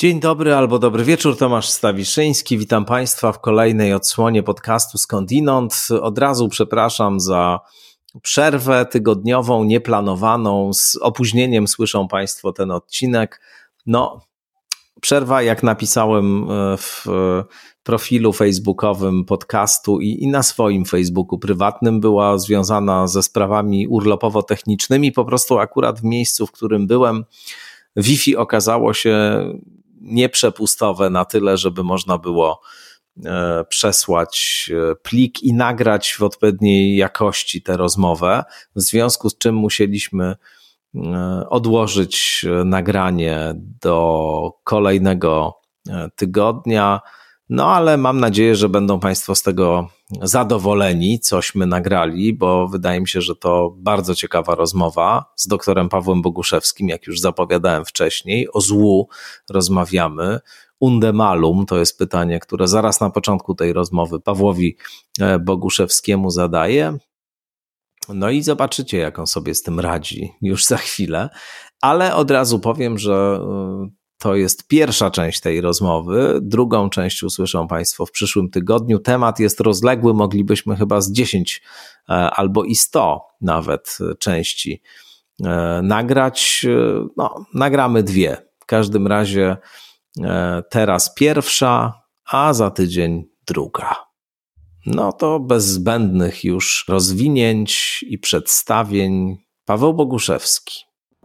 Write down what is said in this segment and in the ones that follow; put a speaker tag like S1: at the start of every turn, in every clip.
S1: Dzień dobry albo dobry wieczór, Tomasz Stawiszyński. Witam Państwa w kolejnej odsłonie podcastu Skądinąd. Od razu przepraszam za przerwę tygodniową, nieplanowaną. Z opóźnieniem słyszą Państwo ten odcinek. Przerwa, jak napisałem w profilu facebookowym podcastu i na swoim Facebooku prywatnym, była związana ze sprawami urlopowo-technicznymi. Po prostu akurat w miejscu, w którym byłem, Wi-Fi okazało się nieprzepustowe na tyle, żeby można było przesłać plik i nagrać w odpowiedniej jakości tę rozmowę, w związku z czym musieliśmy odłożyć nagranie do kolejnego tygodnia, ale mam nadzieję, że będą Państwo z tego zadowoleni, cośmy nagrali, bo wydaje mi się, że to bardzo ciekawa rozmowa z doktorem Pawłem Boguszewskim, jak już zapowiadałem wcześniej. O złu rozmawiamy. Unde malum to jest pytanie, które zaraz na początku tej rozmowy Pawłowi Boguszewskiemu zadaję. I zobaczycie, jak on sobie z tym radzi już za chwilę, ale od razu powiem, że to jest pierwsza część tej rozmowy. Drugą część usłyszą Państwo w przyszłym tygodniu. Temat jest rozległy, moglibyśmy chyba z 10 albo i 100 nawet części nagrać. Nagramy 2. W każdym razie teraz pierwsza, a za tydzień druga. To bez zbędnych już rozwinięć i przedstawień. Paweł Boguszewski.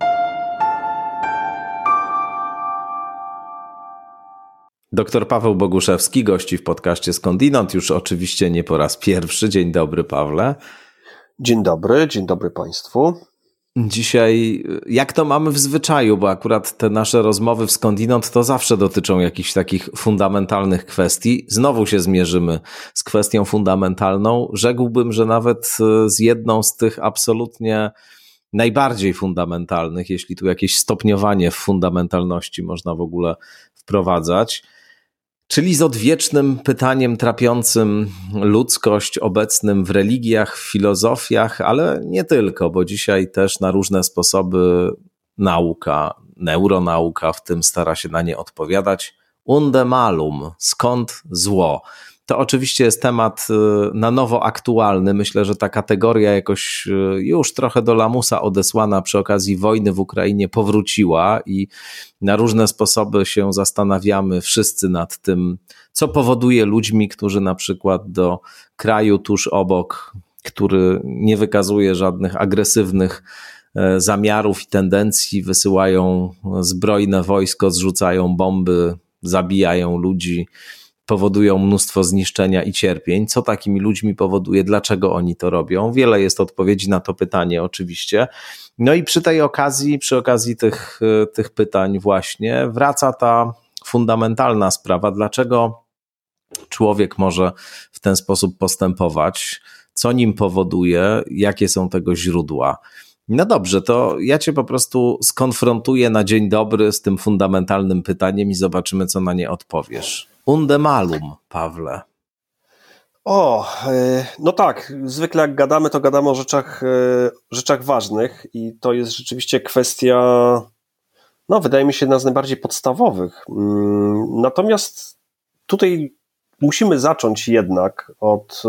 S1: Doktor Paweł Boguszewski gości w podcaście Skądinąd, już oczywiście nie po raz pierwszy. Dzień dobry, Pawle.
S2: Dzień dobry Państwu.
S1: Dzisiaj, jak to mamy w zwyczaju, bo akurat te nasze rozmowy w Skądinąd to zawsze dotyczą jakichś takich fundamentalnych kwestii. Znowu się zmierzymy z kwestią fundamentalną. Rzekłbym, że nawet z jedną z tych absolutnie najbardziej fundamentalnych, jeśli tu jakieś stopniowanie w fundamentalności można w ogóle wprowadzać, czyli z odwiecznym pytaniem trapiącym ludzkość, obecnym w religiach, w filozofiach, ale nie tylko, bo dzisiaj też na różne sposoby nauka, neuronauka w tym stara się na nie odpowiadać. Unde malum, skąd zło? To oczywiście jest temat na nowo aktualny. Myślę, że ta kategoria jakoś już trochę do lamusa odesłana przy okazji wojny w Ukrainie powróciła i na różne sposoby się zastanawiamy wszyscy nad tym, co powoduje ludźmi, którzy na przykład do kraju tuż obok, który nie wykazuje żadnych agresywnych zamiarów i tendencji, wysyłają zbrojne wojsko, zrzucają bomby, zabijają ludzi, powodują mnóstwo zniszczenia i cierpień. Co takimi ludźmi powoduje? Dlaczego oni to robią? Wiele jest odpowiedzi na to pytanie oczywiście. I przy tej okazji, przy okazji tych pytań właśnie wraca ta fundamentalna sprawa. Dlaczego człowiek może w ten sposób postępować? Co nim powoduje? Jakie są tego źródła? Dobrze, to ja Cię po prostu skonfrontuję na dzień dobry z tym fundamentalnym pytaniem i zobaczymy, co na nie odpowiesz. Unde malum, Pawle.
S2: Tak, zwykle jak gadamy, to gadamy o rzeczach ważnych i to jest rzeczywiście kwestia, wydaje mi się, jedna z najbardziej podstawowych. Natomiast tutaj musimy zacząć jednak od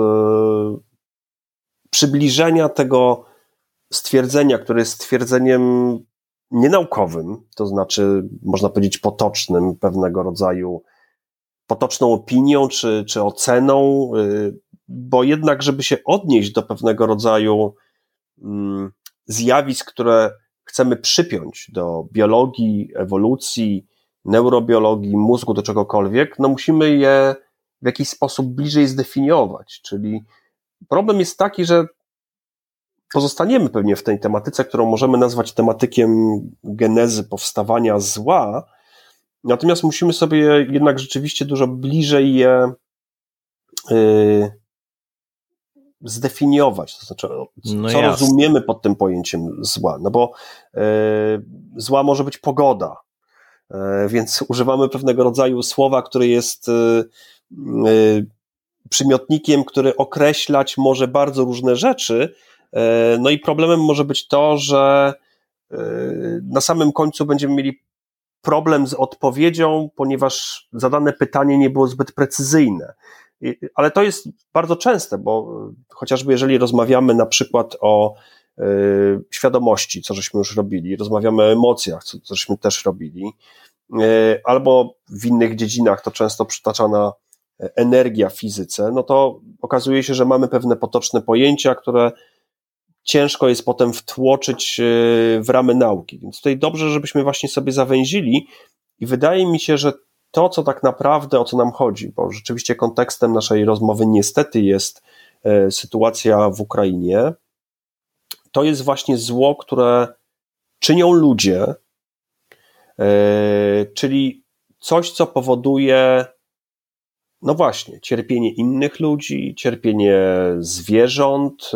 S2: przybliżenia tego stwierdzenia, które jest stwierdzeniem nienaukowym, to znaczy można powiedzieć potocznym, pewnego rodzaju potoczną opinią czy oceną, bo jednak, żeby się odnieść do pewnego rodzaju zjawisk, które chcemy przypiąć do biologii, ewolucji, neurobiologii, mózgu, do czegokolwiek, musimy je w jakiś sposób bliżej zdefiniować. Czyli problem jest taki, że pozostaniemy pewnie w tej tematyce, którą możemy nazwać tematykiem genezy powstawania zła, natomiast musimy sobie jednak rzeczywiście dużo bliżej je zdefiniować, to znaczy co rozumiemy pod tym pojęciem zła, bo zła może być pogoda, więc używamy pewnego rodzaju słowa, które jest przymiotnikiem, który określać może bardzo różne rzeczy, i problemem może być to, że na samym końcu będziemy mieli problem z odpowiedzią, ponieważ zadane pytanie nie było zbyt precyzyjne. Ale to jest bardzo częste, bo chociażby jeżeli rozmawiamy na przykład o świadomości, co żeśmy już robili, rozmawiamy o emocjach, co żeśmy też robili, albo w innych dziedzinach to często przytaczana energia w fizyce, no to okazuje się, że mamy pewne potoczne pojęcia, które ciężko jest potem wtłoczyć w ramy nauki. Więc tutaj dobrze, żebyśmy właśnie sobie zawęzili i wydaje mi się, że to, co tak naprawdę, o co nam chodzi, bo rzeczywiście kontekstem naszej rozmowy niestety jest sytuacja w Ukrainie, to jest właśnie zło, które czynią ludzie, czyli coś, co powoduje, no właśnie, cierpienie innych ludzi, cierpienie zwierząt,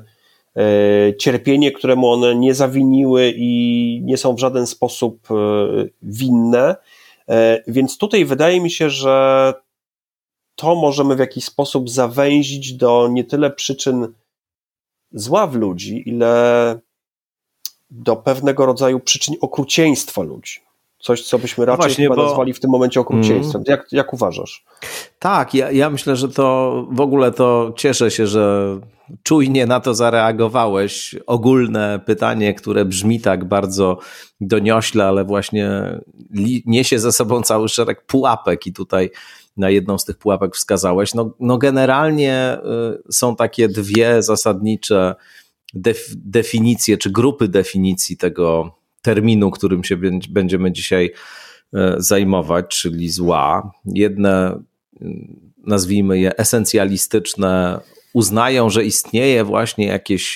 S2: cierpienie, któremu one nie zawiniły i nie są w żaden sposób winne. Więc tutaj wydaje mi się, że to możemy w jakiś sposób zawęzić do nie tyle przyczyn zła w ludzi, ile do pewnego rodzaju przyczyn okrucieństwa ludzi. Coś, co byśmy raczej właśnie, chyba nazwali w tym momencie okrucieństwem. Jak uważasz?
S1: Tak, ja myślę, że to w ogóle to cieszę się, że czujnie na to zareagowałeś. Ogólne pytanie, które brzmi tak bardzo doniośle, ale właśnie niesie ze sobą cały szereg pułapek i tutaj na jedną z tych pułapek wskazałeś. No generalnie są takie dwie zasadnicze definicje, czy grupy definicji tego terminu, którym się będziemy dzisiaj zajmować, czyli zła. Jedne, nazwijmy je esencjalistyczne, uznają, że istnieje właśnie jakieś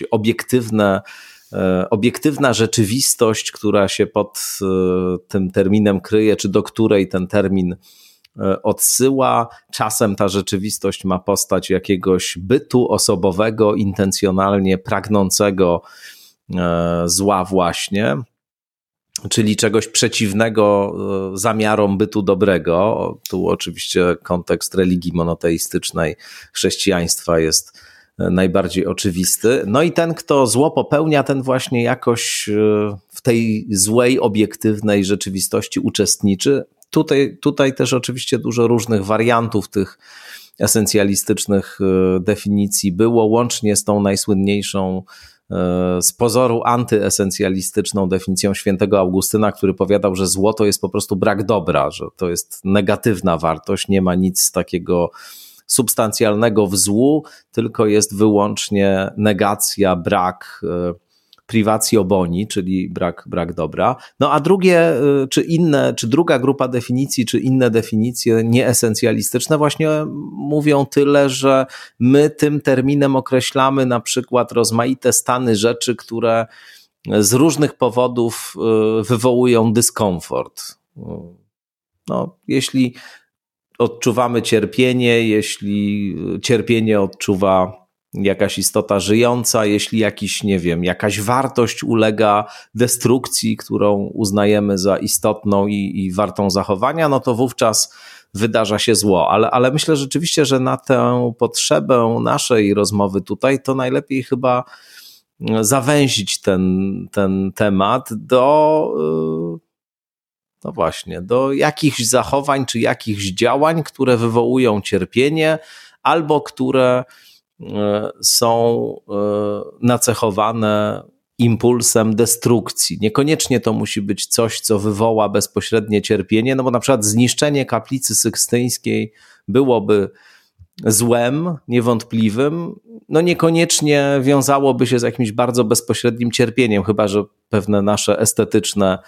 S1: obiektywna rzeczywistość, która się pod tym terminem kryje, czy do której ten termin odsyła. Czasem ta rzeczywistość ma postać jakiegoś bytu osobowego, intencjonalnie pragnącego zła właśnie, czyli czegoś przeciwnego zamiarom bytu dobrego. Tu oczywiście kontekst religii monoteistycznej, chrześcijaństwa jest najbardziej oczywisty. No i ten, kto zło popełnia, ten właśnie jakoś w tej złej, obiektywnej rzeczywistości uczestniczy. Tutaj też oczywiście dużo różnych wariantów tych esencjalistycznych definicji było, łącznie z tą najsłynniejszą z pozoru antyesencjalistyczną definicją świętego Augustyna, który powiadał, że zło to jest po prostu brak dobra, że to jest negatywna wartość, nie ma nic takiego substancjalnego w złu, tylko jest wyłącznie negacja, brak privatio boni, czyli brak dobra. No a drugie, czy druga grupa definicji, czy inne definicje nieesencjalistyczne właśnie mówią tyle, że my tym terminem określamy na przykład rozmaite stany rzeczy, które z różnych powodów wywołują dyskomfort. No, jeśli odczuwamy cierpienie, jeśli cierpienie odczuwa jakaś istota żyjąca, jeśli jakaś wartość ulega destrukcji, którą uznajemy za istotną i wartą zachowania, no to wówczas wydarza się zło. Ale myślę rzeczywiście, że na tę potrzebę naszej rozmowy tutaj to najlepiej chyba zawęzić ten temat do jakichś zachowań czy jakichś działań, które wywołują cierpienie albo które są nacechowane impulsem destrukcji. Niekoniecznie to musi być coś, co wywoła bezpośrednie cierpienie, no bo na przykład zniszczenie kaplicy sykstyńskiej byłoby złem, niewątpliwym, no niekoniecznie wiązałoby się z jakimś bardzo bezpośrednim cierpieniem, chyba że pewne nasze estetyczne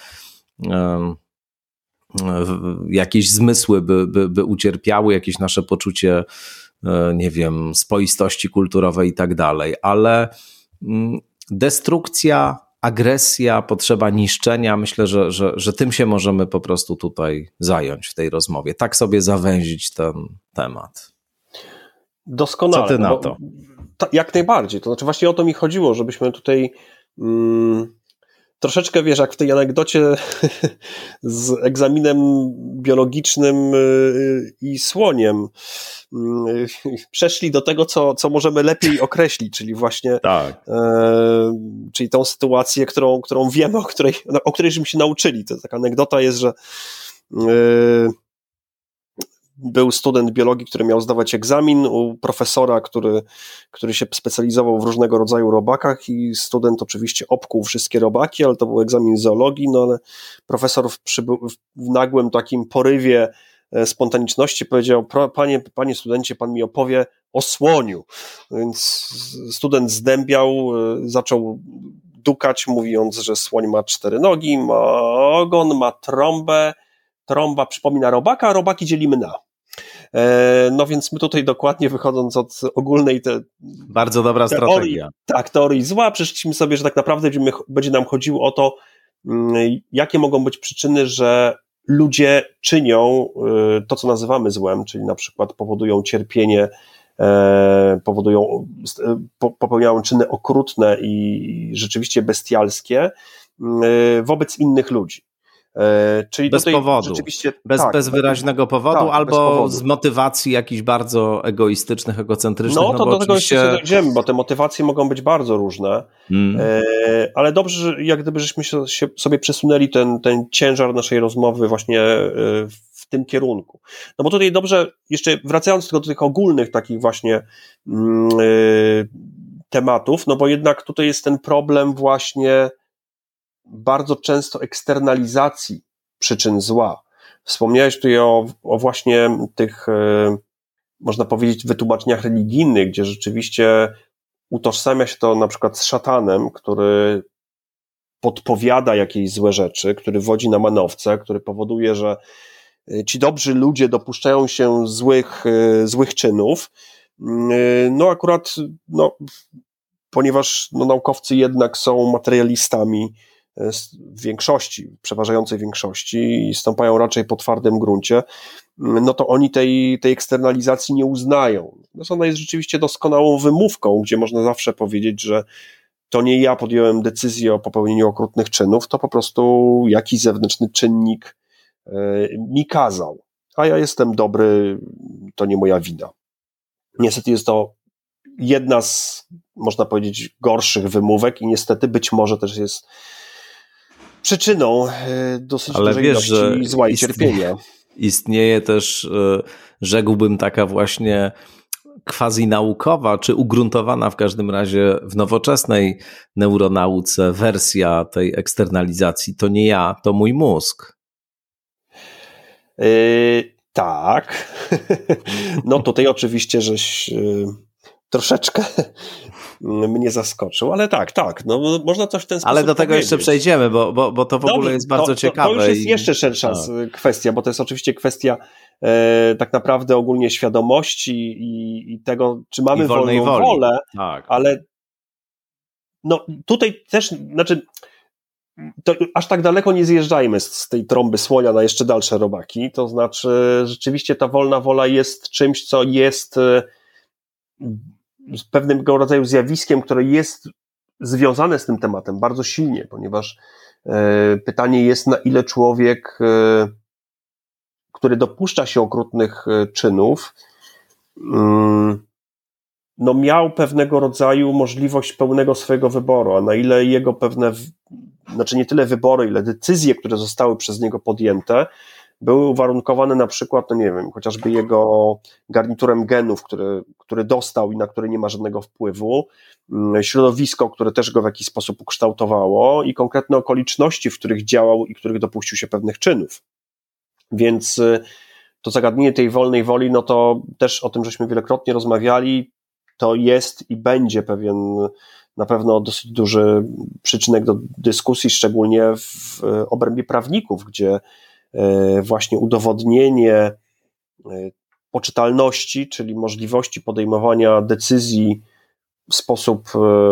S1: jakieś zmysły by ucierpiały, jakieś nasze poczucie spoistości kulturowej i tak dalej, ale destrukcja, agresja, potrzeba niszczenia, myślę, że tym się możemy po prostu tutaj zająć w tej rozmowie, tak sobie zawęzić ten temat.
S2: Doskonale.
S1: Co ty na to?
S2: Jak najbardziej, to znaczy właśnie o to mi chodziło, żebyśmy tutaj troszeczkę, wiesz, jak w tej anegdocie z egzaminem biologicznym i słoniem. Przeszli do tego, co możemy lepiej określić, czyli właśnie
S1: tak.
S2: Czyli tą sytuację, którą wiemy, o którejśmy się nauczyli. To taka anegdota jest, że był student biologii, który miał zdawać egzamin u profesora, który się specjalizował w różnego rodzaju robakach i student oczywiście obkuł wszystkie robaki, ale to był egzamin z zoologii, no ale profesor w nagłym takim porywie spontaniczności powiedział: panie studencie, pan mi opowie o słoniu. Więc student zdębiał, zaczął dukać, mówiąc, że słoń ma 4 nogi, ma ogon, ma trąbę, trąba przypomina robaka, a robaki dzielimy na. No więc my tutaj dokładnie, wychodząc od ogólnej
S1: bardzo dobra strategia.
S2: Tak, teorii zła, przeszliśmy sobie, że tak naprawdę będzie nam chodziło o to, jakie mogą być przyczyny, że ludzie czynią to, co nazywamy złem, czyli na przykład powodują cierpienie, popełniają czyny okrutne i rzeczywiście bestialskie wobec innych ludzi. Czyli
S1: bez powodu,
S2: rzeczywiście,
S1: bez wyraźnego powodu, albo z motywacji jakichś bardzo egoistycznych, egocentrycznych.
S2: No to do tego jeszcze dojdziemy, bo te motywacje mogą być bardzo różne, ale dobrze, że jak gdyby żeśmy się sobie przesunęli ten ciężar naszej rozmowy właśnie w tym kierunku. No bo tutaj dobrze, jeszcze wracając do tych ogólnych takich właśnie tematów, no bo jednak tutaj jest ten problem właśnie bardzo często eksternalizacji przyczyn zła. Wspomniałeś tutaj o właśnie tych, można powiedzieć, wytłumaczeniach religijnych, gdzie rzeczywiście utożsamia się to na przykład z szatanem, który podpowiada jakieś złe rzeczy, który wodzi na manowce, który powoduje, że ci dobrzy ludzie dopuszczają się złych czynów. No akurat, ponieważ naukowcy jednak są materialistami, w większości, przeważającej większości i stąpają raczej po twardym gruncie, no to oni tej eksternalizacji nie uznają. Ona jest rzeczywiście doskonałą wymówką, gdzie można zawsze powiedzieć, że to nie ja podjąłem decyzję o popełnieniu okrutnych czynów, to po prostu jakiś zewnętrzny czynnik mi kazał, a ja jestem dobry, to nie moja wina. Niestety jest to jedna z, można powiedzieć, gorszych wymówek i niestety być może też jest przyczyną dosyć dużej ilości zła i cierpienia.
S1: Istnieje też, rzekłbym, taka właśnie quasi-naukowa, czy ugruntowana w każdym razie w nowoczesnej neuronauce wersja tej eksternalizacji. To nie ja, to mój mózg.
S2: Tak. No tutaj oczywiście żeś troszeczkę mnie zaskoczył, ale tak, no można coś w ten sposób
S1: ale do tego
S2: powiedzieć.
S1: Jeszcze przejdziemy, bo to w ogóle jest bardzo ciekawe.
S2: To już jest jeszcze szersza kwestia, bo to jest oczywiście kwestia tak naprawdę ogólnie świadomości i tego, czy mamy wolną wolę,
S1: tak.
S2: Ale no tutaj też, to aż tak daleko nie zjeżdżajmy z tej trąby słonia na jeszcze dalsze robaki, to znaczy rzeczywiście ta wolna wola jest czymś, co jest pewnego rodzaju zjawiskiem, które jest związane z tym tematem bardzo silnie, ponieważ pytanie jest, na ile człowiek, który dopuszcza się okrutnych czynów, miał pewnego rodzaju możliwość pełnego swojego wyboru, a na ile jego pewne, nie tyle wybory, ile decyzje, które zostały przez niego podjęte, były uwarunkowane na przykład, chociażby jego garniturem genów, który dostał i na który nie ma żadnego wpływu, środowisko, które też go w jakiś sposób ukształtowało i konkretne okoliczności, w których działał i których dopuścił się pewnych czynów. Więc to zagadnienie tej wolnej woli, no to też o tym żeśmy wielokrotnie rozmawiali, to jest i będzie na pewno dosyć duży przyczynek do dyskusji, szczególnie w obrębie prawników, gdzie właśnie udowodnienie poczytalności, czyli możliwości podejmowania decyzji w sposób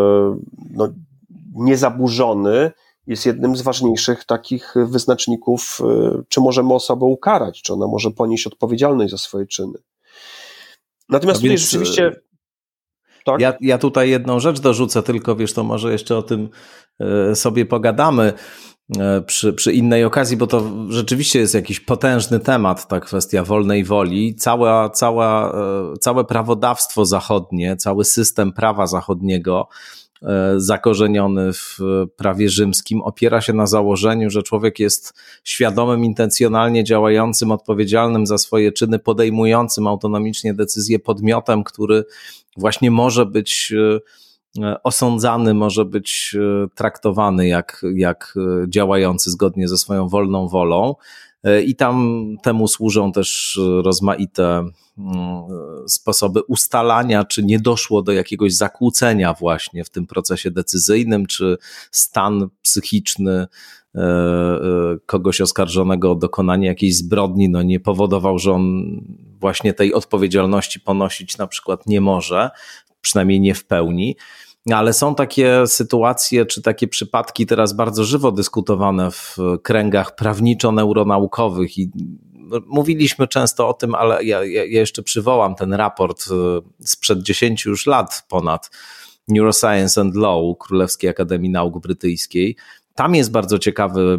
S2: niezaburzony, jest jednym z ważniejszych takich wyznaczników, czy możemy osobę ukarać, czy ona może ponieść odpowiedzialność za swoje czyny. Natomiast tutaj rzeczywiście... Tak?
S1: Ja tutaj jedną rzecz dorzucę, tylko wiesz, to może jeszcze o tym sobie pogadamy przy innej okazji, bo to rzeczywiście jest jakiś potężny temat, ta kwestia wolnej woli. Całe prawodawstwo zachodnie, cały system prawa zachodniego zakorzeniony w prawie rzymskim opiera się na założeniu, że człowiek jest świadomym, intencjonalnie działającym, odpowiedzialnym za swoje czyny, podejmującym autonomicznie decyzje podmiotem, który właśnie może być osądzany, może być traktowany jak działający zgodnie ze swoją wolną wolą. I tam temu służą też rozmaite sposoby ustalania, czy nie doszło do jakiegoś zakłócenia właśnie w tym procesie decyzyjnym, czy stan psychiczny kogoś oskarżonego o dokonanie jakiejś zbrodni nie powodował, że on właśnie tej odpowiedzialności ponosić na przykład nie może, przynajmniej nie w pełni. Ale są takie sytuacje, czy takie przypadki teraz bardzo żywo dyskutowane w kręgach prawniczo-neuronaukowych i mówiliśmy często o tym, ale ja jeszcze przywołam ten raport sprzed 10 już lat ponad Neuroscience and Law Królewskiej Akademii Nauk Brytyjskiej. Tam jest bardzo ciekawy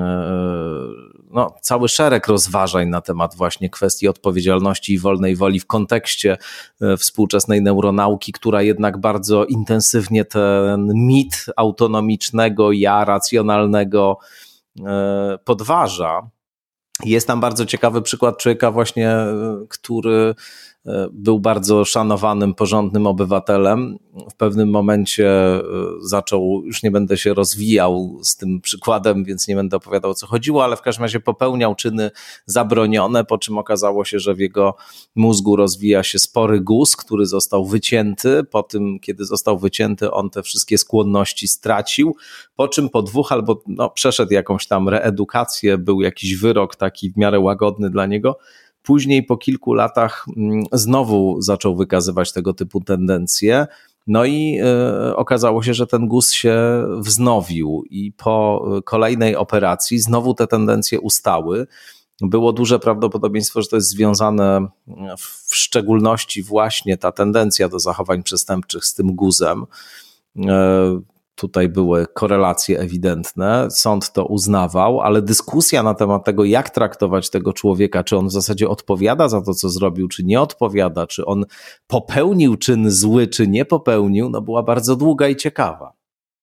S1: cały szereg rozważań na temat właśnie kwestii odpowiedzialności i wolnej woli w kontekście współczesnej neuronauki, która jednak bardzo intensywnie ten mit autonomicznego ja racjonalnego podważa. Jest tam bardzo ciekawy przykład człowieka właśnie, który był bardzo szanowanym, porządnym obywatelem. W pewnym momencie zaczął, już nie będę się rozwijał z tym przykładem, więc nie będę opowiadał, o co chodziło, ale w każdym razie popełniał czyny zabronione, po czym okazało się, że w jego mózgu rozwija się spory guz, który został wycięty. Po tym, kiedy został wycięty, on te wszystkie skłonności stracił, po czym po 2 albo przeszedł jakąś tam reedukację, był jakiś wyrok taki w miarę łagodny dla niego. Później po kilku latach znowu zaczął wykazywać tego typu tendencje, i okazało się, że ten guz się wznowił i po kolejnej operacji znowu te tendencje ustały. Było duże prawdopodobieństwo, że to jest związane w szczególności właśnie ta tendencja do zachowań przestępczych z tym guzem. Tutaj były korelacje ewidentne, sąd to uznawał, ale dyskusja na temat tego, jak traktować tego człowieka, czy on w zasadzie odpowiada za to, co zrobił, czy nie odpowiada, czy on popełnił czyn zły, czy nie popełnił, była bardzo długa i ciekawa.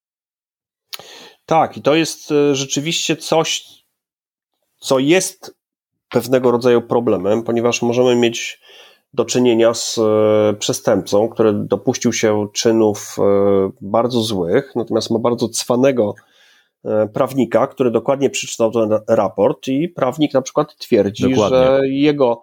S2: Tak, i to jest rzeczywiście coś, co jest pewnego rodzaju problemem, ponieważ możemy mieć do czynienia z przestępcą, który dopuścił się czynów bardzo złych, natomiast ma bardzo cwanego prawnika, który dokładnie przeczytał ten raport i prawnik na przykład twierdzi, dokładnie, że jego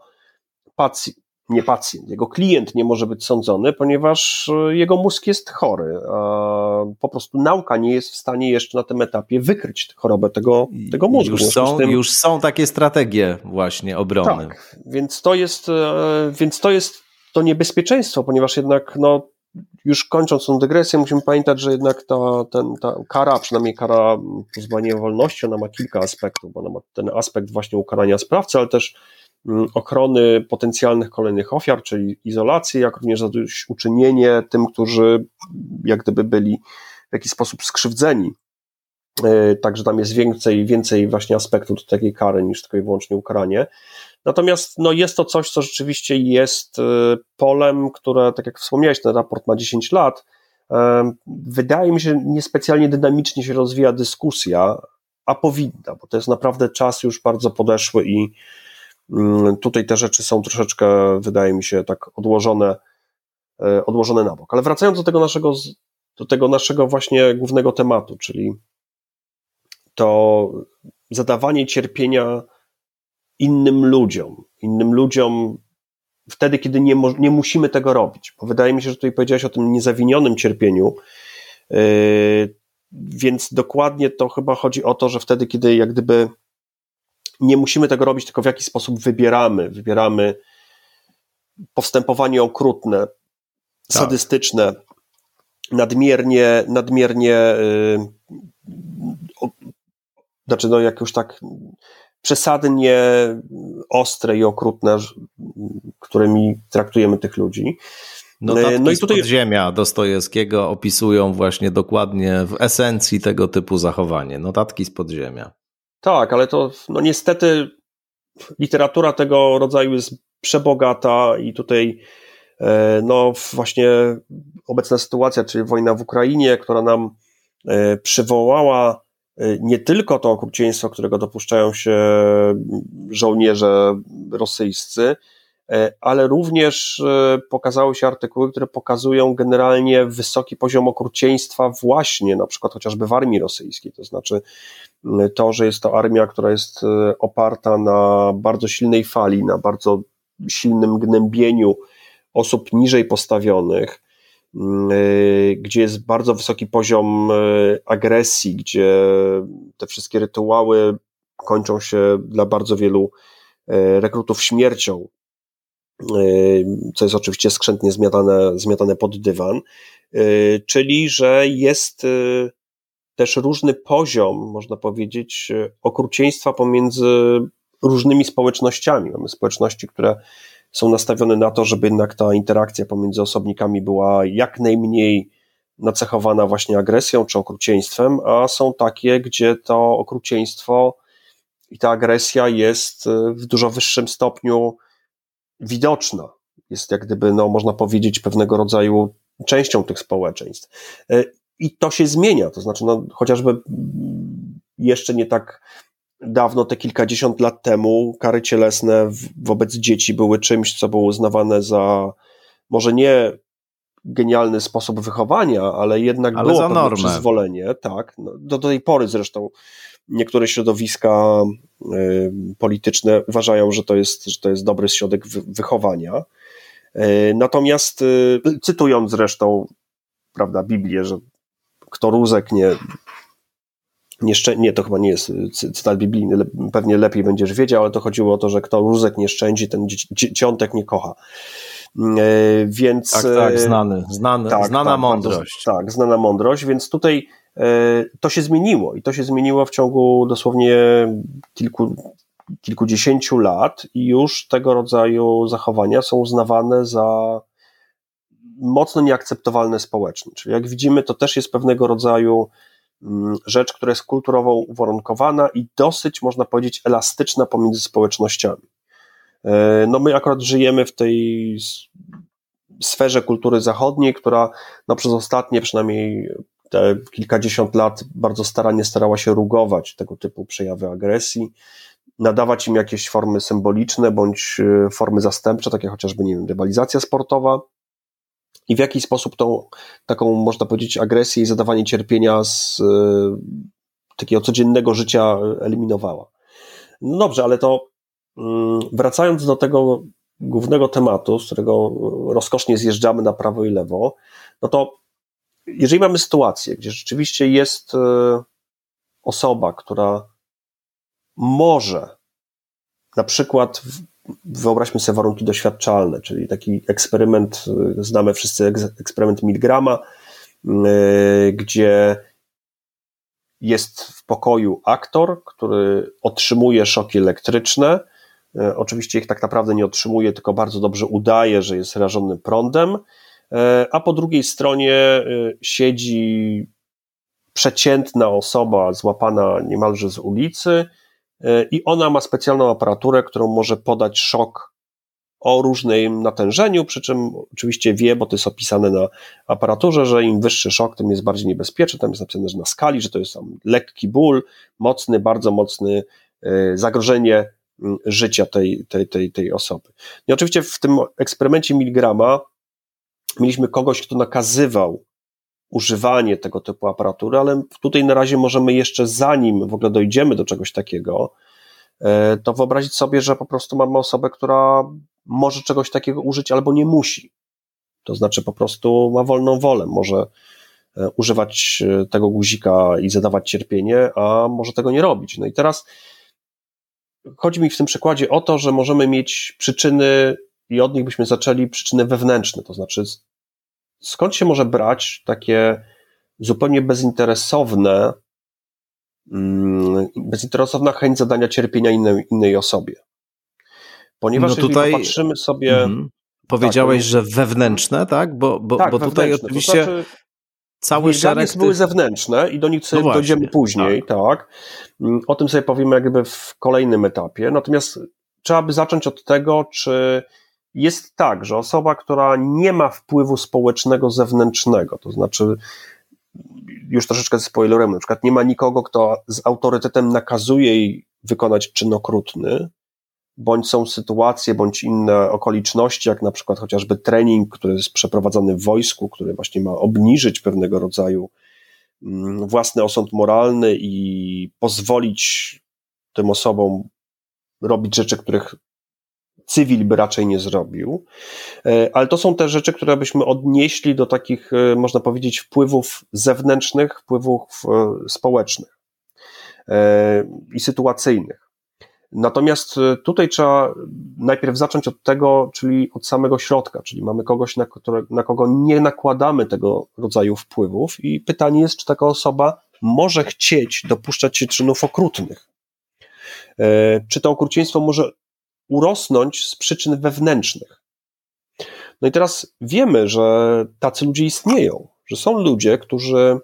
S2: jego klient nie może być sądzony, ponieważ jego mózg jest chory, a po prostu nauka nie jest w stanie jeszcze na tym etapie wykryć chorobę tego mózgu.
S1: Już są takie strategie właśnie obrony.
S2: Tak, więc to jest to niebezpieczeństwo, ponieważ jednak już kończąc tą dygresję, musimy pamiętać, że jednak ta kara, przynajmniej kara pozbawienia wolności, ona ma kilka aspektów, bo ona ma ten aspekt właśnie ukarania sprawcy, ale też ochrony potencjalnych kolejnych ofiar, czyli izolacji, jak również zadośćuczynienie tym, którzy jak gdyby byli w jakiś sposób skrzywdzeni. Także tam jest więcej właśnie aspektów do takiej kary niż tylko i wyłącznie ukaranie. Natomiast jest to coś, co rzeczywiście jest polem, które, tak jak wspomniałeś, ten raport ma 10 lat. Wydaje mi się, że niespecjalnie dynamicznie się rozwija dyskusja, a powinna, bo to jest naprawdę czas już bardzo podeszły i tutaj te rzeczy są troszeczkę, wydaje mi się, tak odłożone na bok. Ale wracając do tego naszego właśnie głównego tematu, czyli to zadawanie cierpienia innym ludziom wtedy, kiedy nie musimy tego robić, bo wydaje mi się, że tutaj powiedziałeś o tym niezawinionym cierpieniu, więc dokładnie to chyba chodzi o to, że wtedy, kiedy jak gdyby nie musimy tego robić, tylko w jakiś sposób wybieramy postępowanie okrutne, sadystyczne, nadmiernie jakoś tak przesadnie ostre i okrutne, którymi traktujemy tych ludzi.
S1: Notatki z podziemia Dostojewskiego opisują właśnie dokładnie w esencji tego typu zachowanie. Notatki z podziemia.
S2: Tak, ale to niestety literatura tego rodzaju jest przebogata i tutaj właśnie obecna sytuacja, czyli wojna w Ukrainie, która nam przywołała nie tylko to okrucieństwo, którego dopuszczają się żołnierze rosyjscy, ale również pokazały się artykuły, które pokazują generalnie wysoki poziom okrucieństwa właśnie na przykład chociażby w armii rosyjskiej, to znaczy to, że jest to armia, która jest oparta na bardzo silnej fali, na bardzo silnym gnębieniu osób niżej postawionych, gdzie jest bardzo wysoki poziom agresji, gdzie te wszystkie rytuały kończą się dla bardzo wielu rekrutów śmiercią, co jest oczywiście skrzętnie zmiatane pod dywan, czyli że jest też różny poziom, można powiedzieć, okrucieństwa pomiędzy różnymi społecznościami. Mamy społeczności, które są nastawione na to, żeby jednak ta interakcja pomiędzy osobnikami była jak najmniej nacechowana właśnie agresją czy okrucieństwem, a są takie, gdzie to okrucieństwo i ta agresja jest w dużo wyższym stopniu widoczna. Jest jak gdyby, można powiedzieć, pewnego rodzaju częścią tych społeczeństw. I to się zmienia, to znaczy chociażby jeszcze nie tak dawno, te kilkadziesiąt lat temu, kary cielesne wobec dzieci były czymś, co było uznawane za może nie genialny sposób wychowania, ale jednak było pewne przyzwolenie. Tak, do tej pory zresztą niektóre środowiska polityczne uważają, że to jest dobry środek wychowania. Natomiast cytując zresztą, prawda, Biblię, że kto rózek nie, to chyba nie jest cytat biblijny, pewnie lepiej będziesz wiedział, ale to chodziło o to, że kto rózek nie szczędzi, ten dzieciątek nie kocha. Więc
S1: tak, znana mądrość.
S2: Tak, znana mądrość, więc tutaj to się zmieniło i to się zmieniło w ciągu dosłownie kilkudziesięciu lat i już tego rodzaju zachowania są uznawane za mocno nieakceptowalne społecznie. Czyli jak widzimy, to też jest pewnego rodzaju rzecz, która jest kulturowo uwarunkowana i dosyć, można powiedzieć, elastyczna pomiędzy społecznościami. My akurat żyjemy w tej sferze kultury zachodniej, która przez ostatnie przynajmniej te kilkadziesiąt lat bardzo starannie starała się rugować tego typu przejawy agresji, nadawać im jakieś formy symboliczne bądź formy zastępcze, takie chociażby, rywalizacja sportowa i w jaki sposób tą taką, można powiedzieć, agresję i zadawanie cierpienia z takiego codziennego życia eliminowała. No dobrze, ale to wracając do tego głównego tematu, z którego rozkosznie zjeżdżamy na prawo i lewo, to jeżeli mamy sytuację, gdzie rzeczywiście jest osoba, która może na przykład, wyobraźmy sobie warunki doświadczalne, czyli taki eksperyment, znamy wszyscy eksperyment Milgrama, gdzie jest w pokoju aktor, który otrzymuje szoki elektryczne, oczywiście ich tak naprawdę nie otrzymuje, tylko bardzo dobrze udaje, że jest rażony prądem, a po drugiej stronie siedzi przeciętna osoba złapana niemalże z ulicy i ona ma specjalną aparaturę, którą może podać szok o różnym natężeniu, przy czym oczywiście wie, bo to jest opisane na aparaturze, że im wyższy szok, tym jest bardziej niebezpieczny, tam jest napisane, że na skali, że to jest tam lekki ból, mocny, bardzo mocny, zagrożenie życia tej osoby. I oczywiście w tym eksperymencie Milgrama mieliśmy kogoś, kto nakazywał używanie tego typu aparatury, ale tutaj na razie możemy jeszcze, zanim w ogóle dojdziemy do czegoś takiego, to wyobrazić sobie, że po prostu mamy osobę, która może czegoś takiego użyć albo nie musi. To znaczy po prostu ma wolną wolę, może używać tego guzika i zadawać cierpienie, a może tego nie robić. No i teraz chodzi mi w tym przykładzie o to, że możemy mieć przyczyny i od nich byśmy zaczęli, przyczyny wewnętrzne, to znaczy skąd się może brać takie zupełnie bezinteresowna chęć zadania cierpienia innej osobie. Ponieważ jeżeli popatrzymy sobie
S1: powiedziałeś, że wewnętrzne, tak? Bo tutaj oczywiście
S2: to znaczy,
S1: cały szereg
S2: były zewnętrzne i do nich sobie dojdziemy później, tak. O tym sobie powiemy jakby w kolejnym etapie. Natomiast trzeba by zacząć od tego, czy jest tak, że osoba, która nie ma wpływu społecznego zewnętrznego, to znaczy już troszeczkę spoilerem, na przykład nie ma nikogo, kto z autorytetem nakazuje jej wykonać czyn okrutny, bądź są sytuacje, bądź inne okoliczności, jak na przykład chociażby trening, który jest przeprowadzany w wojsku, który właśnie ma obniżyć pewnego rodzaju własny osąd moralny i pozwolić tym osobom robić rzeczy, których cywil by raczej nie zrobił, ale to są te rzeczy, które byśmy odnieśli do takich, można powiedzieć, wpływów zewnętrznych, wpływów społecznych i sytuacyjnych. Natomiast tutaj trzeba najpierw zacząć od tego, czyli od samego środka, czyli mamy kogoś, na kogo nie nakładamy tego rodzaju wpływów i pytanie jest, czy taka osoba może chcieć dopuszczać się czynów okrutnych. Czy to okrucieństwo może urosnąć z przyczyn wewnętrznych. No i teraz wiemy, że tacy ludzie istnieją, że są ludzie, którzy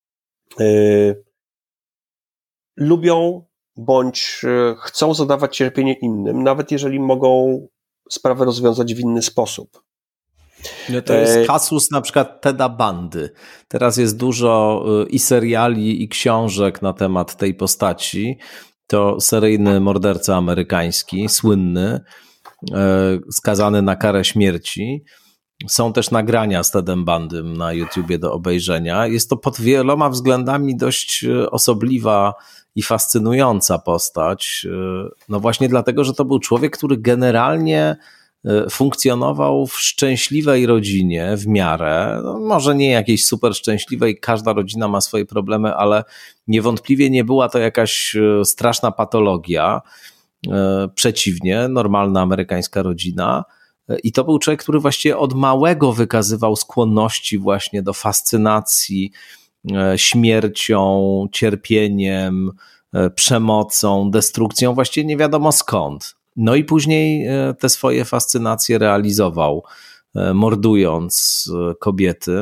S2: lubią bądź chcą zadawać cierpienie innym, nawet jeżeli mogą sprawę rozwiązać w inny sposób.
S1: No to jest kasus na przykład Teda Bundy. Teraz jest dużo i seriali, i książek na temat tej postaci. To seryjny morderca amerykański, słynny, skazany na karę śmierci. Są też nagrania z Tedem Bundym na YouTubie do obejrzenia. Jest to pod wieloma względami dość osobliwa i fascynująca postać. No właśnie dlatego, że to był człowiek, który generalnie funkcjonował w szczęśliwej rodzinie w miarę, no może nie jakiejś super szczęśliwej, każda rodzina ma swoje problemy, ale niewątpliwie nie była to jakaś straszna patologia, przeciwnie, normalna amerykańska rodzina. I to był człowiek, który właściwie od małego wykazywał skłonności właśnie do fascynacji śmiercią, cierpieniem, przemocą, destrukcją, właściwie nie wiadomo skąd. No i później te swoje fascynacje realizował, mordując kobiety.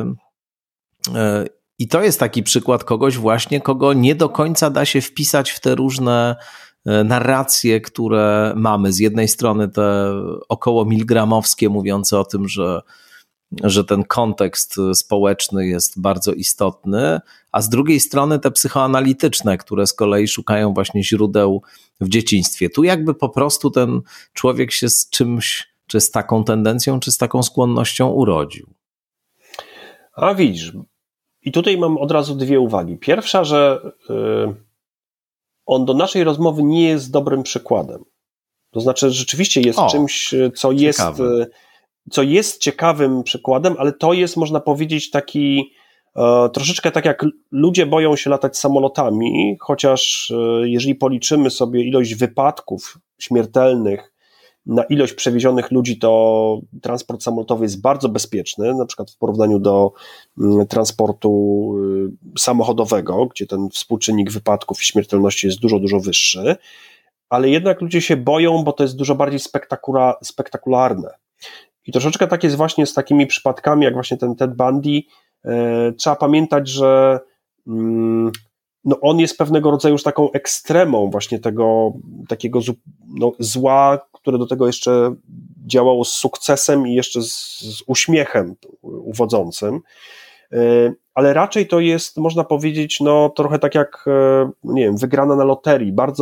S1: I to jest taki przykład kogoś właśnie, kogo nie do końca da się wpisać w te różne narracje, które mamy. Z jednej strony te około milgramowskie mówiące o tym, że ten kontekst społeczny jest bardzo istotny, a z drugiej strony te psychoanalityczne, które z kolei szukają właśnie źródeł w dzieciństwie. Tu jakby po prostu ten człowiek się z czymś, czy z taką tendencją, czy z taką skłonnością urodził.
S2: A widzisz, i tutaj mam od razu dwie uwagi. Pierwsza, że on do naszej rozmowy nie jest dobrym przykładem. To znaczy, rzeczywiście jest czymś, co jest ciekawym przykładem, ale to jest, można powiedzieć, taki troszeczkę tak jak ludzie boją się latać samolotami, chociaż jeżeli policzymy sobie ilość wypadków śmiertelnych na ilość przewiezionych ludzi, to transport samolotowy jest bardzo bezpieczny, na przykład w porównaniu do transportu samochodowego, gdzie ten współczynnik wypadków i śmiertelności jest dużo, dużo wyższy, ale jednak ludzie się boją, bo to jest dużo bardziej spektakularne. I troszeczkę tak jest właśnie z takimi przypadkami, jak właśnie ten Ted Bundy. Trzeba pamiętać, że no on jest pewnego rodzaju już taką ekstremą właśnie tego takiego zła, które do tego jeszcze działało z sukcesem i jeszcze z uśmiechem uwodzącym. Ale raczej to jest, można powiedzieć, no trochę tak jak, nie wiem, wygrana na loterii. Bardzo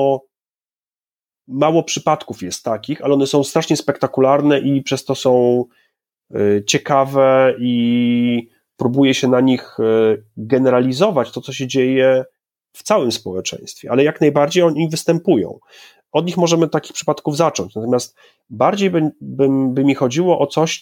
S2: mało przypadków jest takich, ale one są strasznie spektakularne i przez to są ciekawe i próbuje się na nich generalizować to, co się dzieje w całym społeczeństwie, ale jak najbardziej oni występują. Od nich możemy takich przypadków zacząć, natomiast bardziej by mi chodziło o coś,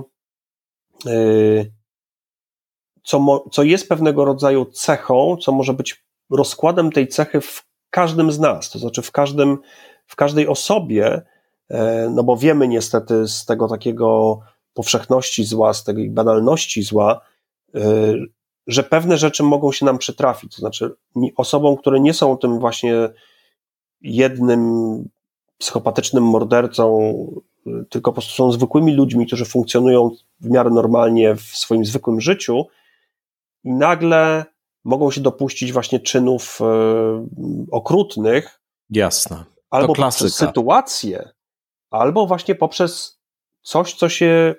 S2: co jest pewnego rodzaju cechą, co może być rozkładem tej cechy w każdym z nas, to znaczy w każdej osobie, no bo wiemy niestety z tego takiego powszechności zła, z tej banalności zła, że pewne rzeczy mogą się nam przytrafić, to znaczy osobom, które nie są tym właśnie jednym psychopatycznym mordercą tylko po prostu są zwykłymi ludźmi, którzy funkcjonują w miarę normalnie w swoim zwykłym życiu i nagle mogą się dopuścić właśnie czynów okrutnych.
S1: Jasne.
S2: Albo poprzez sytuację, albo właśnie poprzez coś, co się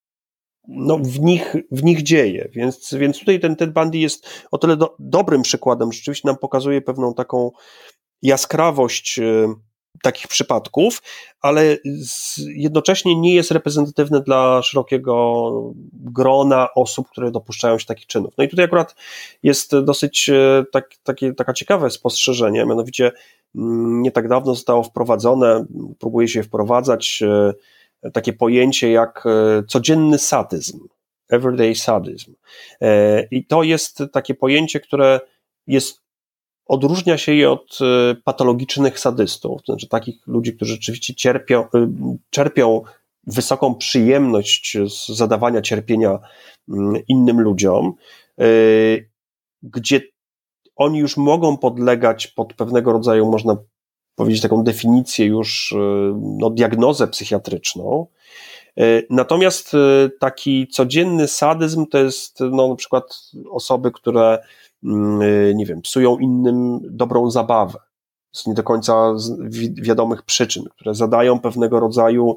S2: w nich dzieje. Więc tutaj ten Ted Bundy jest o tyle dobrym przykładem, rzeczywiście nam pokazuje pewną taką jaskrawość takich przypadków, ale jednocześnie nie jest reprezentatywny dla szerokiego grona osób, które dopuszczają się takich czynów. No i tutaj akurat jest dosyć taka ciekawe spostrzeżenie, mianowicie nie tak dawno zostało wprowadzone, próbuje się wprowadzać takie pojęcie jak codzienny sadyzm, everyday sadism. I to jest takie pojęcie, które odróżnia się je od patologicznych sadystów, to znaczy takich ludzi, którzy rzeczywiście czerpią wysoką przyjemność z zadawania cierpienia innym ludziom, gdzie oni już mogą podlegać pod pewnego rodzaju, można powiedzieć, taką definicję już, diagnozę psychiatryczną. Natomiast taki codzienny sadyzm to jest na przykład osoby, które nie wiem, psują innym dobrą zabawę z nie do końca wiadomych przyczyn, które zadają pewnego rodzaju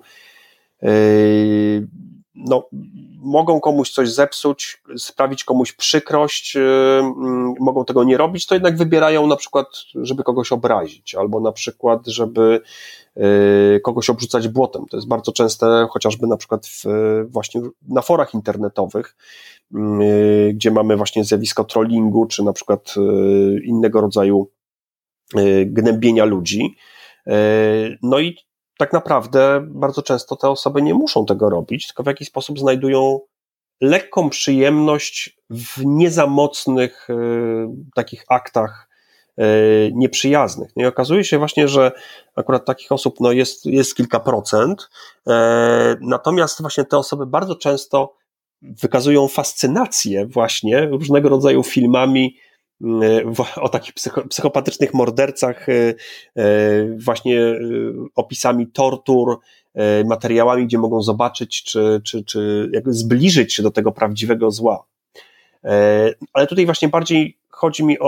S2: mogą komuś coś zepsuć, sprawić komuś przykrość, mogą tego nie robić, to jednak wybierają na przykład, żeby kogoś obrazić, albo na przykład, żeby kogoś obrzucać błotem. To jest bardzo częste, chociażby na przykład właśnie na forach internetowych, gdzie mamy właśnie zjawisko trollingu, czy na przykład innego rodzaju gnębienia ludzi. No i tak naprawdę bardzo często te osoby nie muszą tego robić, tylko w jakiś sposób znajdują lekką przyjemność w niezamocnych takich aktach nieprzyjaznych. No i okazuje się właśnie, że akurat takich osób jest kilka procent, natomiast właśnie te osoby bardzo często wykazują fascynację właśnie różnego rodzaju filmami o takich psychopatycznych mordercach, właśnie opisami tortur, materiałami, gdzie mogą zobaczyć, czy jakby zbliżyć się do tego prawdziwego zła. Ale tutaj właśnie bardziej chodzi mi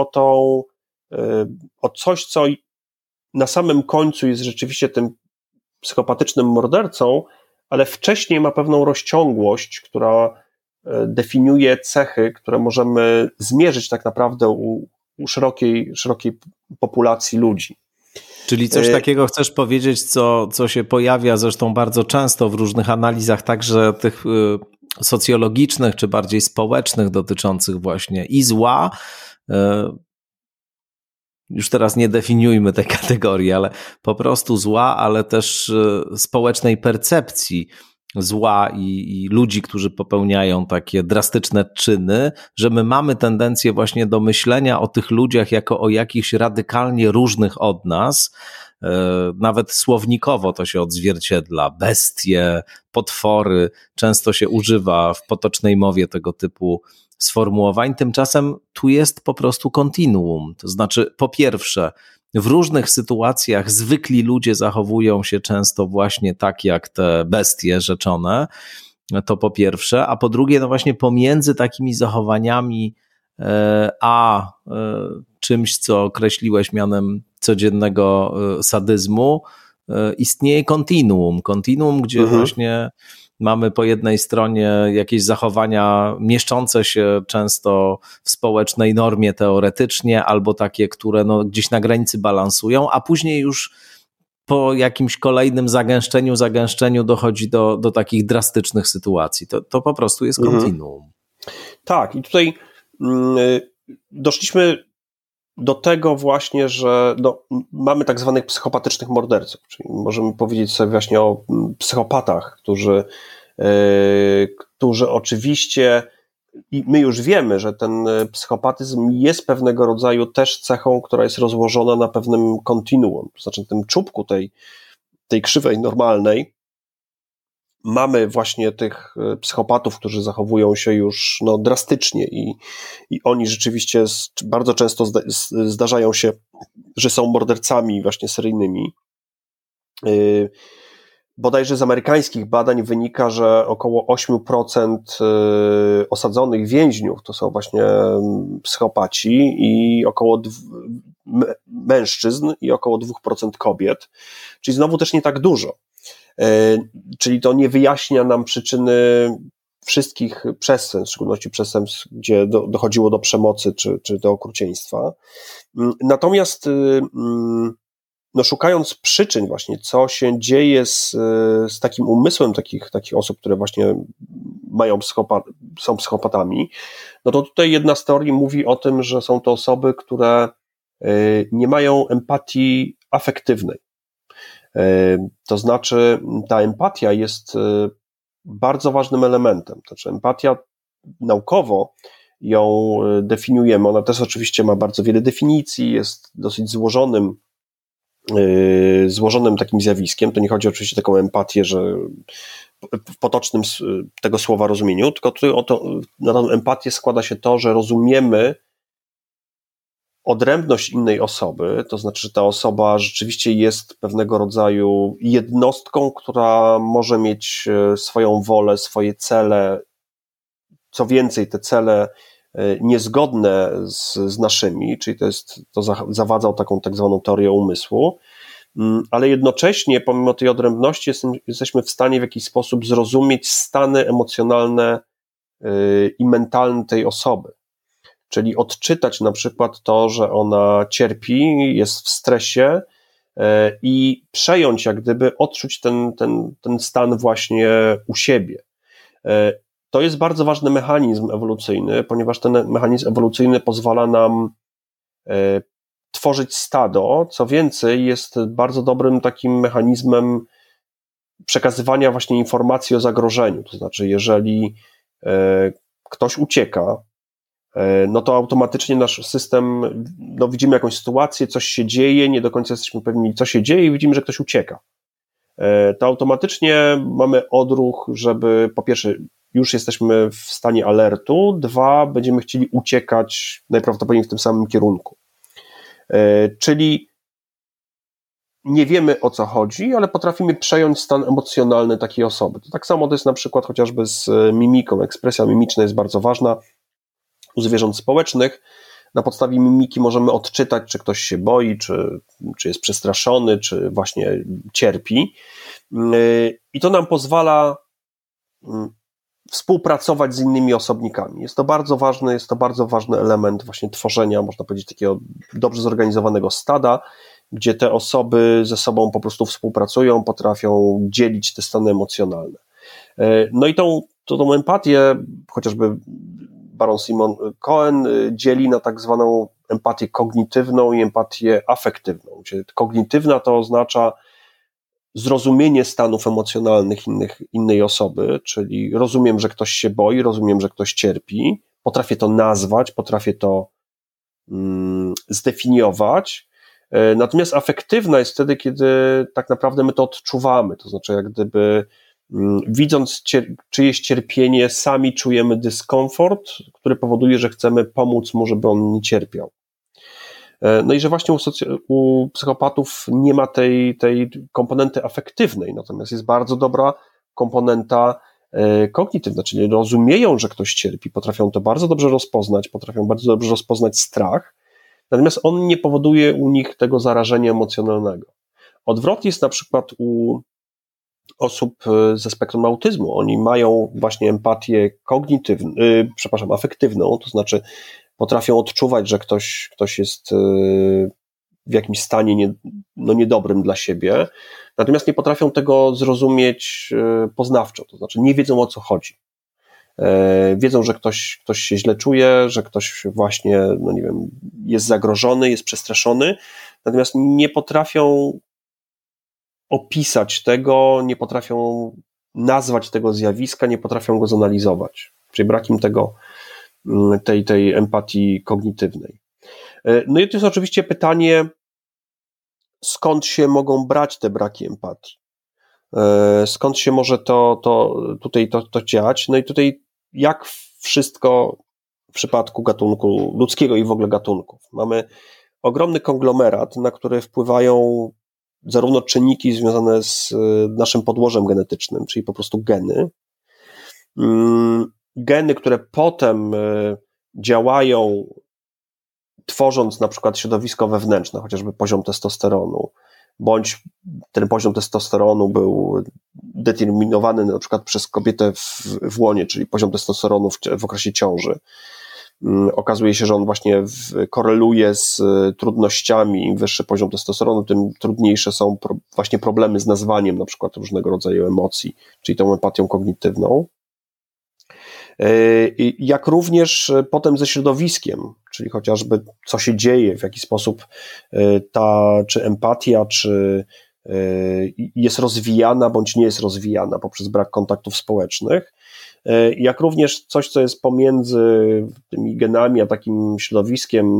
S2: o coś, co na samym końcu jest rzeczywiście tym psychopatycznym mordercą, ale wcześniej ma pewną rozciągłość, która definiuje cechy, które możemy zmierzyć tak naprawdę u szerokiej populacji ludzi.
S1: Czyli coś takiego chcesz powiedzieć, co się pojawia zresztą bardzo często w różnych analizach, także tych socjologicznych, czy bardziej społecznych, dotyczących właśnie i zła. Już teraz nie definiujmy tej kategorii, ale po prostu zła, ale też społecznej percepcji zła i ludzi, którzy popełniają takie drastyczne czyny, że my mamy tendencję właśnie do myślenia o tych ludziach jako o jakichś radykalnie różnych od nas. Nawet słownikowo to się odzwierciedla. Bestie, potwory, często się używa w potocznej mowie tego typu sformułowań. Tymczasem tu jest po prostu kontinuum. To znaczy, po pierwsze, w różnych sytuacjach zwykli ludzie zachowują się często właśnie tak jak te bestie rzeczone, to po pierwsze, a po drugie, no właśnie pomiędzy takimi zachowaniami a czymś, co określiłeś mianem codziennego sadyzmu, istnieje kontinuum, gdzie właśnie mamy po jednej stronie jakieś zachowania mieszczące się często w społecznej normie teoretycznie, albo takie, które gdzieś na granicy balansują, a później już po jakimś kolejnym zagęszczeniu dochodzi do takich drastycznych sytuacji. To po prostu jest kontinuum.
S2: Tak, i tutaj doszliśmy do tego właśnie, że mamy tak zwanych psychopatycznych morderców, czyli możemy powiedzieć sobie właśnie o psychopatach, którzy oczywiście, i my już wiemy, że ten psychopatyzm jest pewnego rodzaju też cechą, która jest rozłożona na pewnym kontinuum, to znaczy na tym czubku tej krzywej normalnej mamy właśnie tych psychopatów, którzy zachowują się już drastycznie i oni rzeczywiście bardzo często zdarzają się, że są mordercami właśnie seryjnymi. bodajże z amerykańskich badań wynika, że około 8% osadzonych więźniów to są właśnie psychopaci i około mężczyzn i około 2% kobiet, czyli znowu też nie tak dużo. Czyli to nie wyjaśnia nam przyczyny wszystkich przestępstw, w szczególności przestępstw, gdzie dochodziło do przemocy czy do okrucieństwa. Natomiast szukając przyczyn właśnie, co się dzieje z takim umysłem takich osób, które właśnie są psychopatami, no to tutaj jedna z teorii mówi o tym, że są to osoby, które nie mają empatii afektywnej. To znaczy ta empatia jest bardzo ważnym elementem. To znaczy empatia naukowo ją definiujemy, ona też oczywiście ma bardzo wiele definicji, jest dosyć złożonym takim zjawiskiem. To nie chodzi oczywiście o taką empatię, że w potocznym tego słowa rozumieniu, tylko tutaj na tą empatię składa się to, że rozumiemy odrębność innej osoby, to znaczy, że ta osoba rzeczywiście jest pewnego rodzaju jednostką, która może mieć swoją wolę, swoje cele, co więcej, te cele niezgodne z naszymi, czyli to zawadzał taką tak zwaną teorię umysłu, ale jednocześnie pomimo tej odrębności jesteśmy w stanie w jakiś sposób zrozumieć stany emocjonalne i mentalne tej osoby. Czyli odczytać na przykład to, że ona cierpi, jest w stresie i przejąć, jak gdyby odczuć ten stan właśnie u siebie. To jest bardzo ważny mechanizm ewolucyjny, ponieważ ten mechanizm ewolucyjny pozwala nam tworzyć stado, co więcej jest bardzo dobrym takim mechanizmem przekazywania właśnie informacji o zagrożeniu, to znaczy jeżeli ktoś ucieka, no to automatycznie nasz system, widzimy jakąś sytuację, coś się dzieje, nie do końca jesteśmy pewni, co się dzieje i widzimy, że ktoś ucieka. To automatycznie mamy odruch, żeby po pierwsze już jesteśmy w stanie alertu, 2, będziemy chcieli uciekać najprawdopodobniej w tym samym kierunku. Czyli nie wiemy, o co chodzi, ale potrafimy przejąć stan emocjonalny takiej osoby. To tak samo to jest na przykład chociażby z mimiką. Ekspresja mimiczna jest bardzo ważna u zwierząt społecznych. Na podstawie mimiki możemy odczytać, czy ktoś się boi, czy jest przestraszony, czy właśnie cierpi. I to nam pozwala współpracować z innymi osobnikami. Jest to bardzo ważny element właśnie tworzenia, można powiedzieć, takiego dobrze zorganizowanego stada, gdzie te osoby ze sobą po prostu współpracują, potrafią dzielić te stany emocjonalne. No i tą empatię, chociażby baron Simon Cohen dzieli na tak zwaną empatię kognitywną i empatię afektywną. Czyli kognitywna to oznacza zrozumienie stanów emocjonalnych innej osoby, czyli rozumiem, że ktoś się boi, rozumiem, że ktoś cierpi, potrafię to nazwać, potrafię to zdefiniować. Natomiast afektywna jest wtedy, kiedy tak naprawdę my to odczuwamy, to znaczy jak gdyby widząc czyjeś cierpienie, sami czujemy dyskomfort, który powoduje, że chcemy pomóc mu, żeby on nie cierpiał. No i że właśnie u psychopatów nie ma tej komponenty afektywnej, natomiast jest bardzo dobra komponenta kognitywna, czyli rozumieją, że ktoś cierpi, potrafią to bardzo dobrze rozpoznać, potrafią bardzo dobrze rozpoznać strach, natomiast on nie powoduje u nich tego zarażenia emocjonalnego. Odwrotnie jest na przykład u osób ze spektrum autyzmu. Oni mają właśnie empatię afektywną, to znaczy potrafią odczuwać, że ktoś jest w jakimś stanie niedobrym dla siebie, natomiast nie potrafią tego zrozumieć poznawczo, to znaczy nie wiedzą, o co chodzi. Wiedzą, że ktoś się źle czuje, że ktoś właśnie, jest zagrożony, jest przestraszony, natomiast nie potrafią opisać tego, nie potrafią nazwać tego zjawiska, nie potrafią go zanalizować. Czyli brak im tej empatii kognitywnej. No i to jest oczywiście pytanie, skąd się mogą brać te braki empatii? Skąd się może to dziać? No i tutaj jak wszystko w przypadku gatunku ludzkiego i w ogóle gatunków. Mamy ogromny konglomerat, na który wpływają zarówno czynniki związane z naszym podłożem genetycznym, czyli po prostu geny, geny, które potem działają, tworząc na przykład środowisko wewnętrzne, chociażby poziom testosteronu, bądź ten poziom testosteronu był determinowany na przykład przez kobietę w łonie, czyli poziom testosteronu w okresie ciąży. Okazuje się, że on właśnie koreluje z trudnościami. Im wyższy poziom testosteronu, tym trudniejsze są właśnie problemy z nazwaniem na przykład różnego rodzaju emocji, czyli tą empatią kognitywną. Jak również potem ze środowiskiem, czyli chociażby co się dzieje, w jaki sposób czy empatia, czy jest rozwijana, bądź nie jest rozwijana poprzez brak kontaktów społecznych, jak również coś, co jest pomiędzy tymi genami, a takim środowiskiem,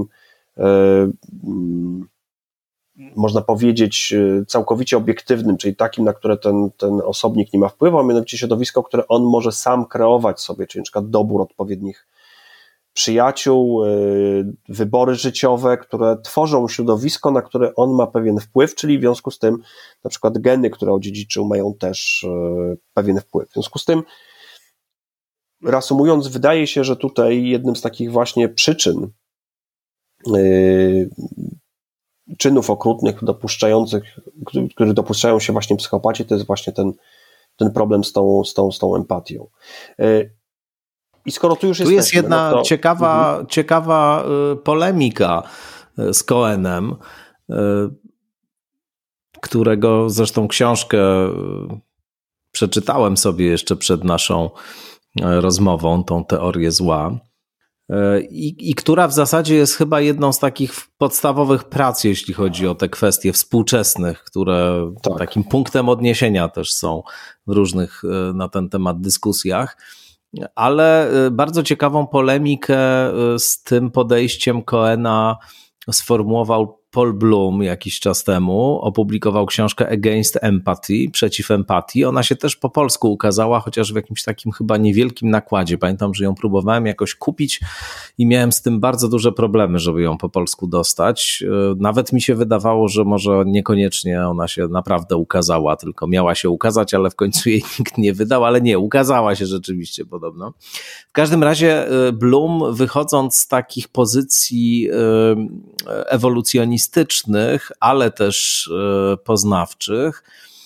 S2: można powiedzieć, całkowicie obiektywnym, czyli takim, na które ten osobnik nie ma wpływu, a mianowicie środowisko, które on może sam kreować sobie, czyli na przykład dobór odpowiednich przyjaciół, wybory życiowe, które tworzą środowisko, na które on ma pewien wpływ, czyli w związku z tym na przykład geny, które odziedziczył, mają też pewien wpływ. W związku z tym, reasumując, wydaje się, że tutaj jednym z takich właśnie przyczyn czynów okrutnych które dopuszczają się właśnie psychopaci, to jest właśnie ten problem z tą empatią. I skoro tu już jesteśmy...
S1: Tu jest jedna ciekawa polemika z Cohenem, którego zresztą książkę przeczytałem sobie jeszcze przed naszą rozmową, tą teorię zła. I która w zasadzie jest chyba jedną z takich podstawowych prac, jeśli chodzi o te kwestie współczesnych, które takim punktem odniesienia też są w różnych na ten temat dyskusjach. Ale bardzo ciekawą polemikę z tym podejściem Cohena sformułował Paul Bloom jakiś czas temu, opublikował książkę Against Empathy, przeciw empatii. Ona się też po polsku ukazała, chociaż w jakimś takim chyba niewielkim nakładzie. Pamiętam, że ją próbowałem jakoś kupić i miałem z tym bardzo duże problemy, żeby ją po polsku dostać. Nawet mi się wydawało, że może niekoniecznie ona się naprawdę ukazała, tylko miała się ukazać, ale w końcu jej nikt nie wydał, ale nie, ukazała się rzeczywiście podobno. W każdym razie Bloom, wychodząc z takich pozycji ewolucjonistycznych, ale też poznawczych,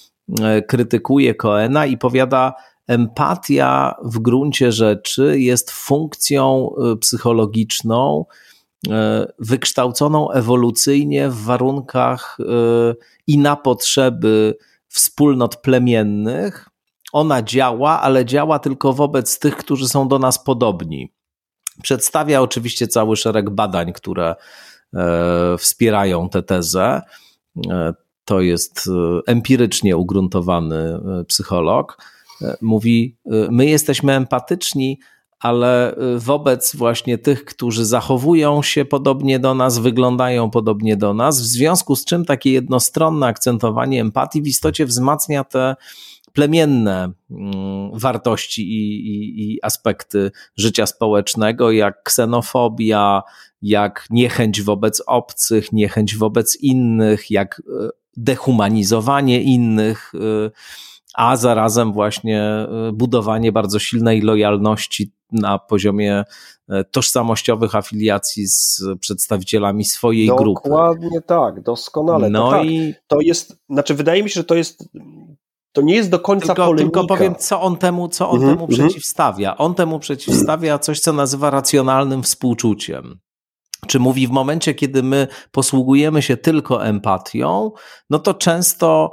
S1: krytykuje Cohena i powiada, empatia w gruncie rzeczy jest funkcją psychologiczną wykształconą ewolucyjnie w warunkach i na potrzeby wspólnot plemiennych. Ona działa, ale działa tylko wobec tych, którzy są do nas podobni. Przedstawia oczywiście cały szereg badań, które wspierają tę tezę. To jest empirycznie ugruntowany psycholog. Mówi, my jesteśmy empatyczni, ale wobec właśnie tych, którzy zachowują się podobnie do nas, wyglądają podobnie do nas, w związku z czym takie jednostronne akcentowanie empatii w istocie wzmacnia te plemienne wartości i aspekty życia społecznego, jak ksenofobia, jak niechęć wobec obcych, niechęć wobec innych, jak dehumanizowanie innych, a zarazem właśnie budowanie bardzo silnej lojalności na poziomie tożsamościowych afiliacji z przedstawicielami swojej grupy.
S2: Dokładnie tak, doskonale. No tak. To jest, znaczy wydaje mi się, że to nie jest do końca polemika.
S1: Tylko powiem, co on temu przeciwstawia. On temu przeciwstawia coś, co nazywa racjonalnym współczuciem. Czy mówi, w momencie, kiedy my posługujemy się tylko empatią, no to często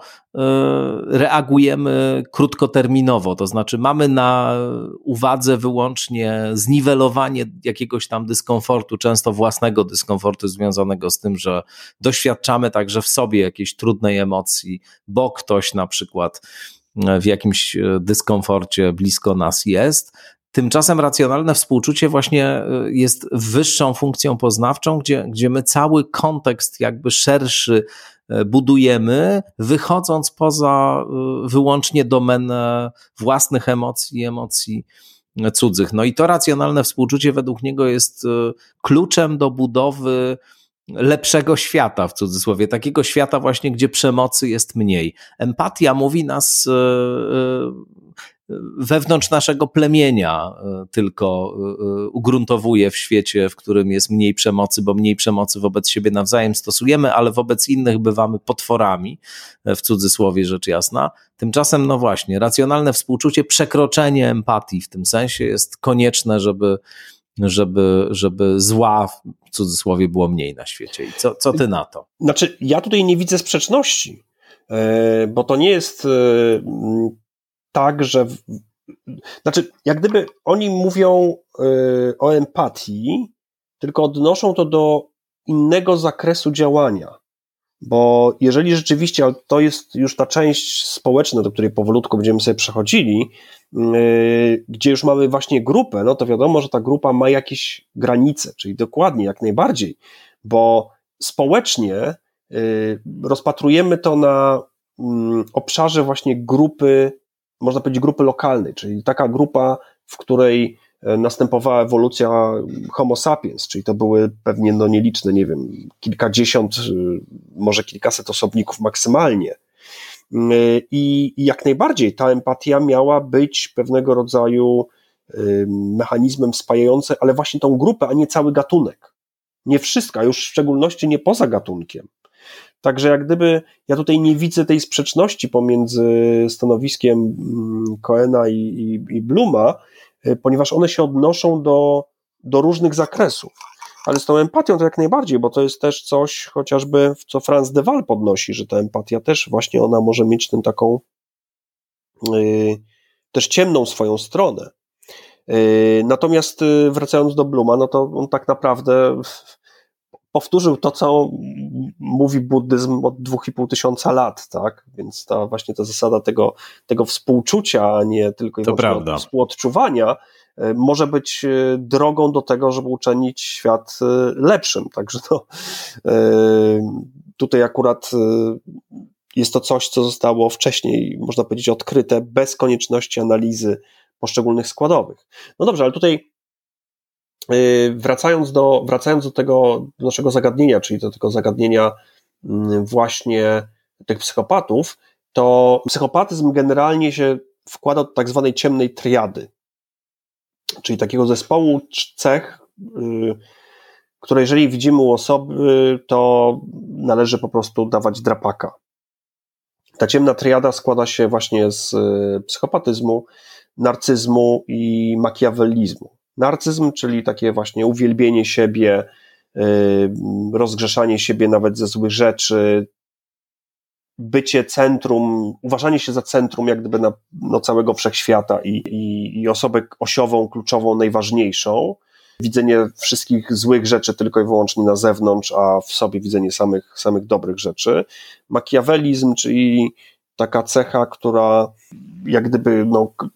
S1: reagujemy krótkoterminowo, to znaczy mamy na uwadze wyłącznie zniwelowanie jakiegoś tam dyskomfortu, często własnego dyskomfortu związanego z tym, że doświadczamy także w sobie jakiejś trudnej emocji, bo ktoś na przykład w jakimś dyskomforcie blisko nas jest. Tymczasem racjonalne współczucie właśnie jest wyższą funkcją poznawczą, gdzie my cały kontekst jakby szerszy budujemy, wychodząc poza wyłącznie domenę własnych emocji i emocji cudzych. No i to racjonalne współczucie według niego jest kluczem do budowy lepszego świata, w cudzysłowie, takiego świata właśnie, gdzie przemocy jest mniej. Empatia mówi nas wewnątrz naszego plemienia tylko ugruntowuje w świecie, w którym jest mniej przemocy, bo mniej przemocy wobec siebie nawzajem stosujemy, ale wobec innych bywamy potworami, w cudzysłowie rzecz jasna. Tymczasem, no właśnie, racjonalne współczucie, przekroczenie empatii w tym sensie jest konieczne, żeby zła w cudzysłowie było mniej na świecie. I co ty na to?
S2: Znaczy, ja tutaj nie widzę sprzeczności, bo to nie jest tak, że... Znaczy, jak gdyby oni mówią o empatii, tylko odnoszą to do innego zakresu działania. Bo jeżeli rzeczywiście, ale to jest już ta część społeczna, do której powolutku będziemy sobie przechodzili, gdzie już mamy właśnie grupę, no to wiadomo, że ta grupa ma jakieś granice, czyli dokładnie, jak najbardziej, bo społecznie rozpatrujemy to na obszarze właśnie grupy, można powiedzieć grupy lokalnej, czyli taka grupa, w której następowała ewolucja Homo sapiens, czyli to były pewnie nieliczne, nie wiem, kilkadziesiąt, może kilkaset osobników maksymalnie. I jak najbardziej ta empatia miała być pewnego rodzaju mechanizmem spajającym, ale właśnie tą grupę, a nie cały gatunek. Nie wszystko, a już w szczególności nie poza gatunkiem. Także jak gdyby ja tutaj nie widzę tej sprzeczności pomiędzy stanowiskiem Cohena i Blooma, ponieważ one się odnoszą do różnych zakresów. Ale z tą empatią to jak najbardziej, bo to jest też coś chociażby, co Frans de Waal podnosi, że ta empatia też właśnie ona może mieć tę taką też ciemną swoją stronę. Natomiast wracając do Blooma, no to on tak naprawdę powtórzył to, co mówi buddyzm od 2500 lat, tak? Więc właśnie ta zasada tego współczucia, a nie tylko i wyłącznie współodczuwania, może być drogą do tego, żeby uczynić świat lepszym. Także tutaj akurat jest to coś, co zostało wcześniej, można powiedzieć, odkryte bez konieczności analizy poszczególnych składowych. No dobrze, ale tutaj wracając do tego naszego zagadnienia, czyli do tego zagadnienia właśnie tych psychopatów, to psychopatyzm generalnie się wkłada do tak zwanej ciemnej triady, czyli takiego zespołu cech, które jeżeli widzimy u osoby, to należy po prostu dawać drapaka. Ta ciemna triada składa się właśnie z psychopatyzmu, narcyzmu i makiawelizmu. Narcyzm, czyli takie właśnie uwielbienie siebie, rozgrzeszanie siebie nawet ze złych rzeczy, bycie centrum, uważanie się za centrum jak gdyby całego wszechświata i osobę osiową, kluczową, najważniejszą, widzenie wszystkich złych rzeczy tylko i wyłącznie na zewnątrz, a w sobie widzenie samych dobrych rzeczy. Makiawelizm, czyli taka cecha, która jak gdyby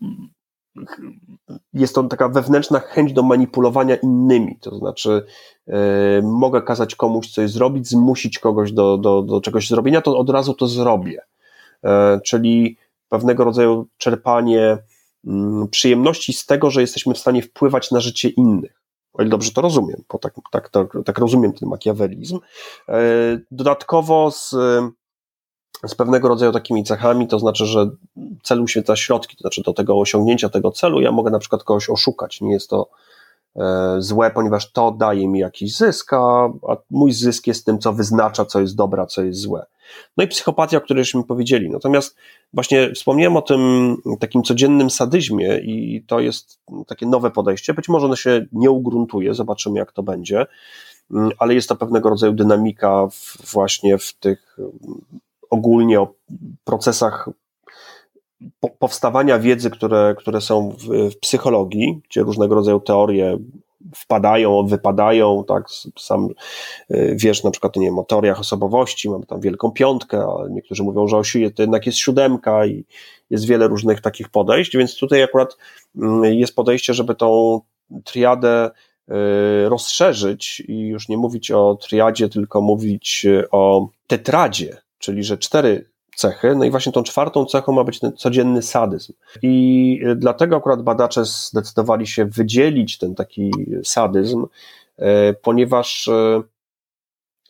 S2: jest to taka wewnętrzna chęć do manipulowania innymi, to znaczy mogę kazać komuś coś zrobić, zmusić kogoś do czegoś zrobienia, to od razu to zrobię. Czyli pewnego rodzaju czerpanie przyjemności z tego, że jesteśmy w stanie wpływać na życie innych. O ile dobrze to rozumiem, bo tak rozumiem ten makiawelizm. Dodatkowo z pewnego rodzaju takimi cechami, to znaczy, że cel uświęca środki, to znaczy do tego osiągnięcia tego celu ja mogę na przykład kogoś oszukać, nie jest to złe, ponieważ to daje mi jakiś zysk, a mój zysk jest tym, co wyznacza, co jest dobre, a co jest złe. No i psychopatia, o której żeśmy powiedzieli. Natomiast właśnie wspomniałem o tym takim codziennym sadyzmie i to jest takie nowe podejście. Być może ono się nie ugruntuje, zobaczymy jak to będzie, ale jest to pewnego rodzaju dynamika właśnie w tych ogólnie o procesach powstawania wiedzy, które są w psychologii, gdzie różnego rodzaju teorie wpadają, wypadają, tak, sam wiesz, na przykład, nie wiem, o teoriach osobowości, mamy tam wielką piątkę, a niektórzy mówią, że osi to jednak jest siódemka i jest wiele różnych takich podejść, więc tutaj akurat jest podejście, żeby tą triadę rozszerzyć i już nie mówić o triadzie, tylko mówić o tetradzie, czyli że 4 cechy, no i właśnie tą 4. cechą ma być ten codzienny sadyzm. I dlatego akurat badacze zdecydowali się wydzielić ten taki sadyzm, ponieważ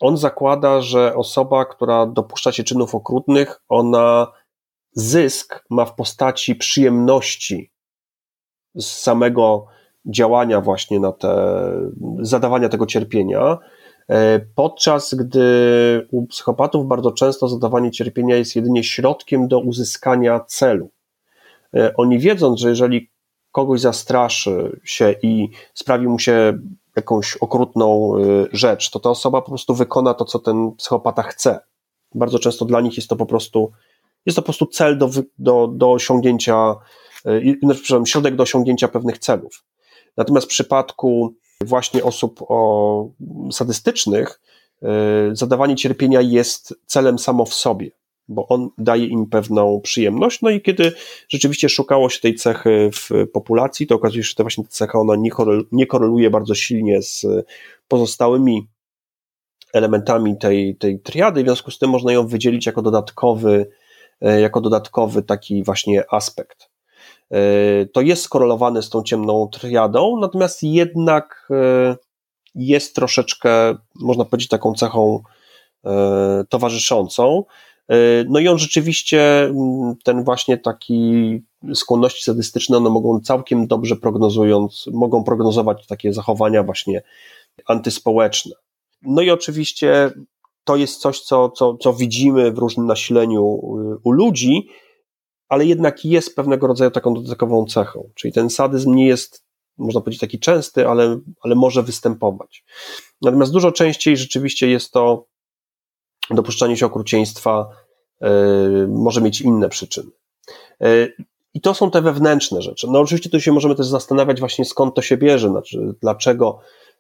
S2: on zakłada, że osoba, która dopuszcza się czynów okrutnych, ona zysk ma w postaci przyjemności z samego działania właśnie na zadawania tego cierpienia, podczas gdy u psychopatów bardzo często zadawanie cierpienia jest jedynie środkiem do uzyskania celu. Oni wiedząc, że jeżeli kogoś zastraszy się i sprawi mu się jakąś okrutną rzecz, to ta osoba po prostu wykona to, co ten psychopata chce. Bardzo często dla nich jest to po prostu cel do osiągnięcia, środek do osiągnięcia pewnych celów. Natomiast w przypadku właśnie osób sadystycznych zadawanie cierpienia jest celem samo w sobie, bo on daje im pewną przyjemność, no i kiedy rzeczywiście szukało się tej cechy w populacji, to okazuje się, że właśnie ta cecha ona nie koreluje bardzo silnie z pozostałymi elementami tej triady, w związku z tym można ją wydzielić jako dodatkowy taki właśnie aspekt. To jest skorelowane z tą ciemną triadą, natomiast jednak jest troszeczkę, można powiedzieć, taką cechą towarzyszącą. No i on rzeczywiście, ten właśnie taki skłonności sadystyczne, one mogą całkiem dobrze mogą prognozować takie zachowania właśnie antyspołeczne. No i oczywiście to jest coś, co widzimy w różnym nasileniu u ludzi, ale jednak jest pewnego rodzaju taką dodatkową cechą, czyli ten sadyzm nie jest, można powiedzieć, taki częsty, ale może występować. Natomiast dużo częściej rzeczywiście jest to dopuszczanie się okrucieństwa, może mieć inne przyczyny. I to są te wewnętrzne rzeczy. No oczywiście tu się możemy też zastanawiać właśnie, skąd to się bierze, znaczy dlaczego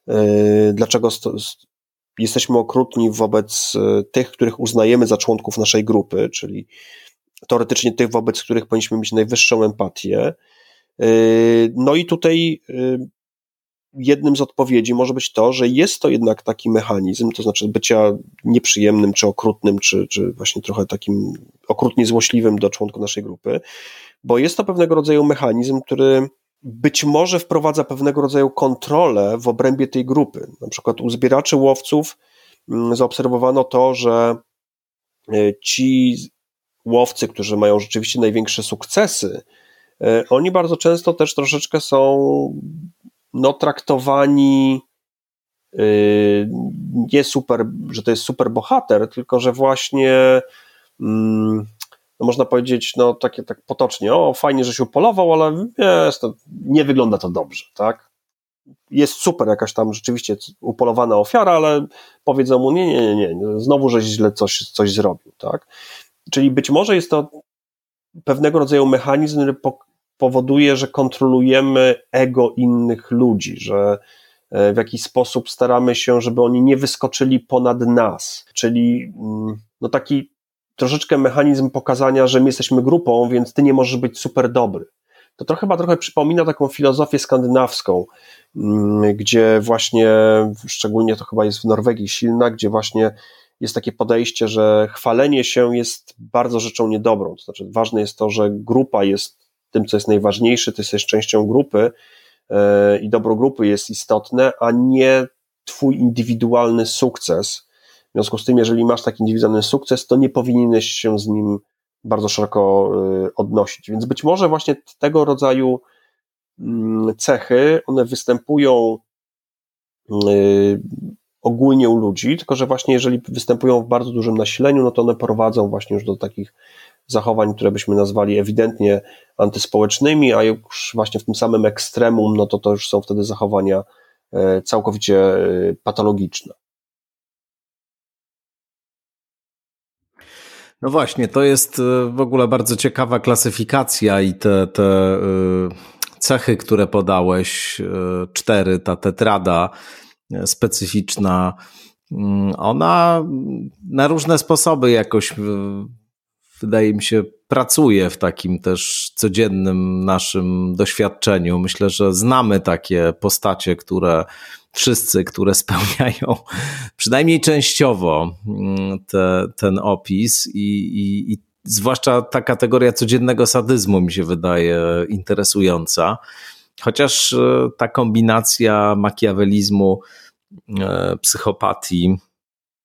S2: jesteśmy okrutni wobec tych, których uznajemy za członków naszej grupy, czyli teoretycznie tych, wobec których powinniśmy mieć najwyższą empatię. No i tutaj jednym z odpowiedzi może być to, że jest to jednak taki mechanizm, to znaczy bycia nieprzyjemnym, czy okrutnym, czy właśnie trochę takim okrutnie złośliwym do członków naszej grupy, bo jest to pewnego rodzaju mechanizm, który być może wprowadza pewnego rodzaju kontrolę w obrębie tej grupy. Na przykład u zbieraczy łowców zaobserwowano to, że ci łowcy, którzy mają rzeczywiście największe sukcesy, oni bardzo często też troszeczkę są traktowani nie super, że to jest super bohater, tylko że właśnie można powiedzieć, tak potocznie, fajnie, że się upolował, ale nie wygląda to dobrze, tak? Jest super jakaś tam rzeczywiście upolowana ofiara, ale powiedzą mu, nie, znowu, że źle coś zrobił, tak? Czyli być może jest to pewnego rodzaju mechanizm, który powoduje, że kontrolujemy ego innych ludzi, że w jakiś sposób staramy się, żeby oni nie wyskoczyli ponad nas, czyli taki troszeczkę mechanizm pokazania, że my jesteśmy grupą, więc ty nie możesz być super dobry. To chyba trochę przypomina taką filozofię skandynawską, gdzie właśnie, szczególnie to chyba jest w Norwegii silna, gdzie właśnie jest takie podejście, że chwalenie się jest bardzo rzeczą niedobrą, to znaczy ważne jest to, że grupa jest tym, co jest najważniejsze, ty jesteś częścią grupy i dobro grupy jest istotne, a nie twój indywidualny sukces. W związku z tym, jeżeli masz taki indywidualny sukces, to nie powinieneś się z nim bardzo szeroko odnosić. Więc być może właśnie tego rodzaju cechy, one występują ogólnie u ludzi, tylko że właśnie jeżeli występują w bardzo dużym nasileniu, to one prowadzą właśnie już do takich zachowań, które byśmy nazwali ewidentnie antyspołecznymi, a już właśnie w tym samym ekstremum, to już są wtedy zachowania całkowicie patologiczne.
S1: No właśnie, to jest w ogóle bardzo ciekawa klasyfikacja i te cechy, które podałeś, 4, ta tetrada specyficzna, ona na różne sposoby jakoś, wydaje mi się, pracuje w takim też codziennym naszym doświadczeniu. Myślę, że znamy takie postacie, które spełniają przynajmniej częściowo ten opis i zwłaszcza ta kategoria codziennego sadyzmu mi się wydaje interesująca. Chociaż ta kombinacja makiawelizmu, psychopatii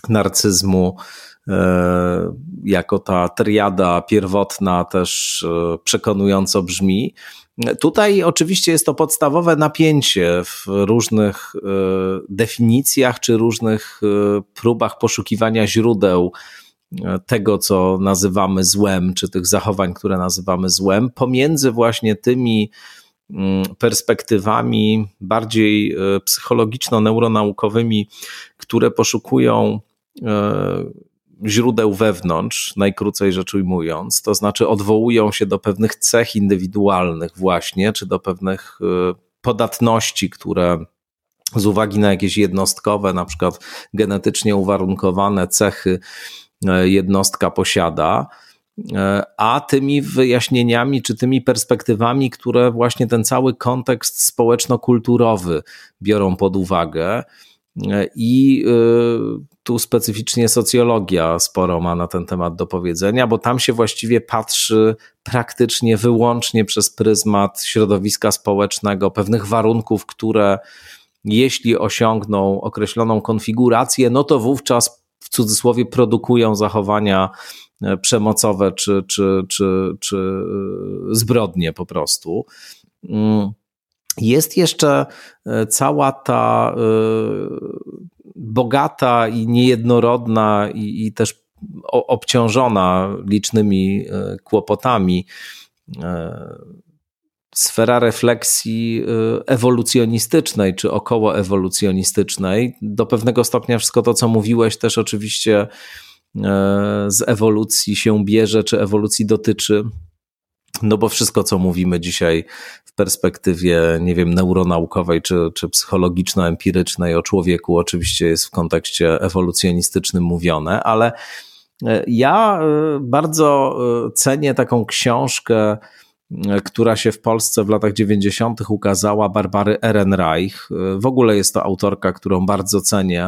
S1: narcyzmu, jako ta triada pierwotna też przekonująco brzmi. Tutaj oczywiście jest to podstawowe napięcie w różnych definicjach czy różnych próbach poszukiwania źródeł tego, co nazywamy złem, czy tych zachowań, które nazywamy złem, pomiędzy właśnie tymi perspektywami bardziej psychologiczno-neuronaukowymi, które poszukują źródeł wewnątrz, najkrócej rzecz ujmując, to znaczy odwołują się do pewnych cech indywidualnych właśnie, czy do pewnych podatności, które z uwagi na jakieś jednostkowe, na przykład genetycznie uwarunkowane cechy jednostka posiada, a tymi wyjaśnieniami czy tymi perspektywami, które właśnie ten cały kontekst społeczno-kulturowy biorą pod uwagę. I tu specyficznie socjologia sporo ma na ten temat do powiedzenia, bo tam się właściwie patrzy praktycznie wyłącznie przez pryzmat środowiska społecznego, pewnych warunków, które jeśli osiągną określoną konfigurację, no to wówczas w cudzysłowie produkują zachowania przemocowe czy zbrodnie po prostu. Jest jeszcze cała ta bogata i niejednorodna i też obciążona licznymi kłopotami sfera refleksji ewolucjonistycznej czy okołoewolucjonistycznej. Do pewnego stopnia wszystko to, co mówiłeś, też oczywiście z ewolucji się bierze, czy ewolucji dotyczy. No bo wszystko, co mówimy dzisiaj w perspektywie, nie wiem, neuronaukowej czy psychologiczno-empirycznej o człowieku, oczywiście jest w kontekście ewolucjonistycznym mówione, ale ja bardzo cenię taką książkę, która się w Polsce w latach 90. ukazała, Barbary Ehrenreich. W ogóle jest to autorka, którą bardzo cenię.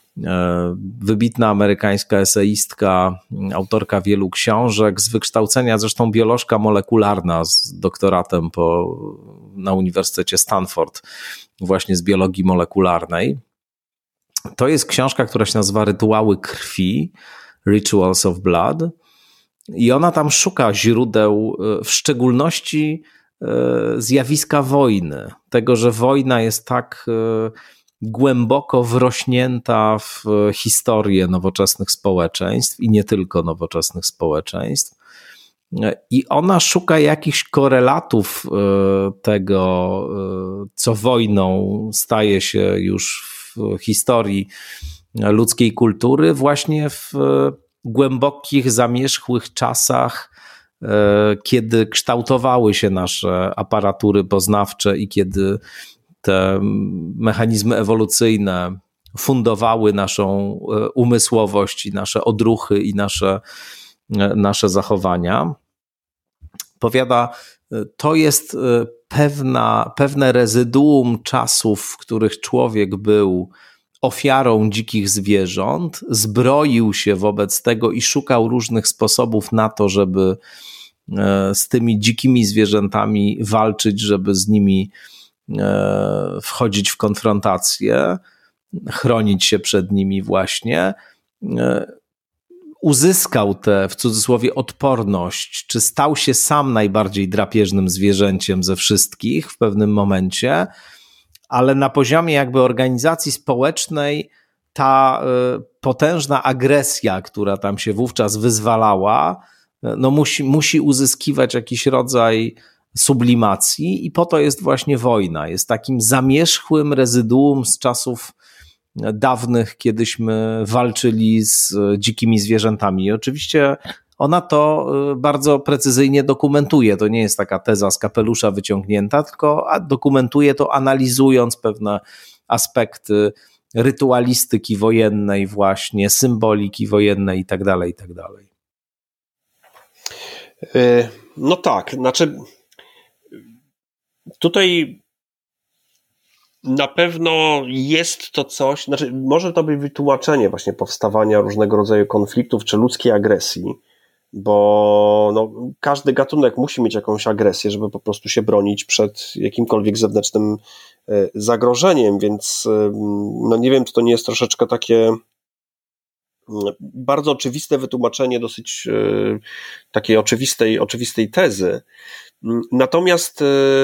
S1: Wybitna amerykańska eseistka, autorka wielu książek, z wykształcenia zresztą biolożka molekularna z doktoratem na Uniwersytecie Stanford, właśnie z biologii molekularnej. To jest książka, która się nazywa Rytuały krwi, Rituals of Blood, i ona tam szuka źródeł, w szczególności zjawiska wojny, tego, że wojna jest tak głęboko wrośnięta w historię nowoczesnych społeczeństw i nie tylko nowoczesnych społeczeństw. I ona szuka jakichś korelatów tego, co wojną staje się już w historii ludzkiej kultury, właśnie w głębokich, zamierzchłych czasach, kiedy kształtowały się nasze aparatury poznawcze i kiedy te mechanizmy ewolucyjne fundowały naszą umysłowość i nasze odruchy i nasze zachowania. Powiada, to jest pewne rezyduum czasów, w których człowiek był ofiarą dzikich zwierząt, zbroił się wobec tego i szukał różnych sposobów na to, żeby z tymi dzikimi zwierzętami walczyć, żeby z nimi wchodzić w konfrontację, chronić się przed nimi właśnie. Uzyskał tę, w cudzysłowie, odporność, czy stał się sam najbardziej drapieżnym zwierzęciem ze wszystkich w pewnym momencie, ale na poziomie jakby organizacji społecznej ta potężna agresja, która tam się wówczas wyzwalała, no musi uzyskiwać jakiś rodzaj sublimacji i po to jest właśnie wojna. Jest takim zamierzchłym rezyduum z czasów dawnych, kiedyśmy walczyli z dzikimi zwierzętami. I oczywiście ona to bardzo precyzyjnie dokumentuje. To nie jest taka teza z kapelusza wyciągnięta, tylko dokumentuje to, analizując pewne aspekty rytualistyki wojennej właśnie, symboliki wojennej i tak dalej, i tak dalej.
S2: No tak, znaczy tutaj na pewno jest to coś, znaczy może to być wytłumaczenie właśnie powstawania różnego rodzaju konfliktów czy ludzkiej agresji, bo no, każdy gatunek musi mieć jakąś agresję, żeby po prostu się bronić przed jakimkolwiek zewnętrznym zagrożeniem, więc no nie wiem, czy to nie jest troszeczkę takie bardzo oczywiste wytłumaczenie dosyć takiej oczywistej tezy. Natomiast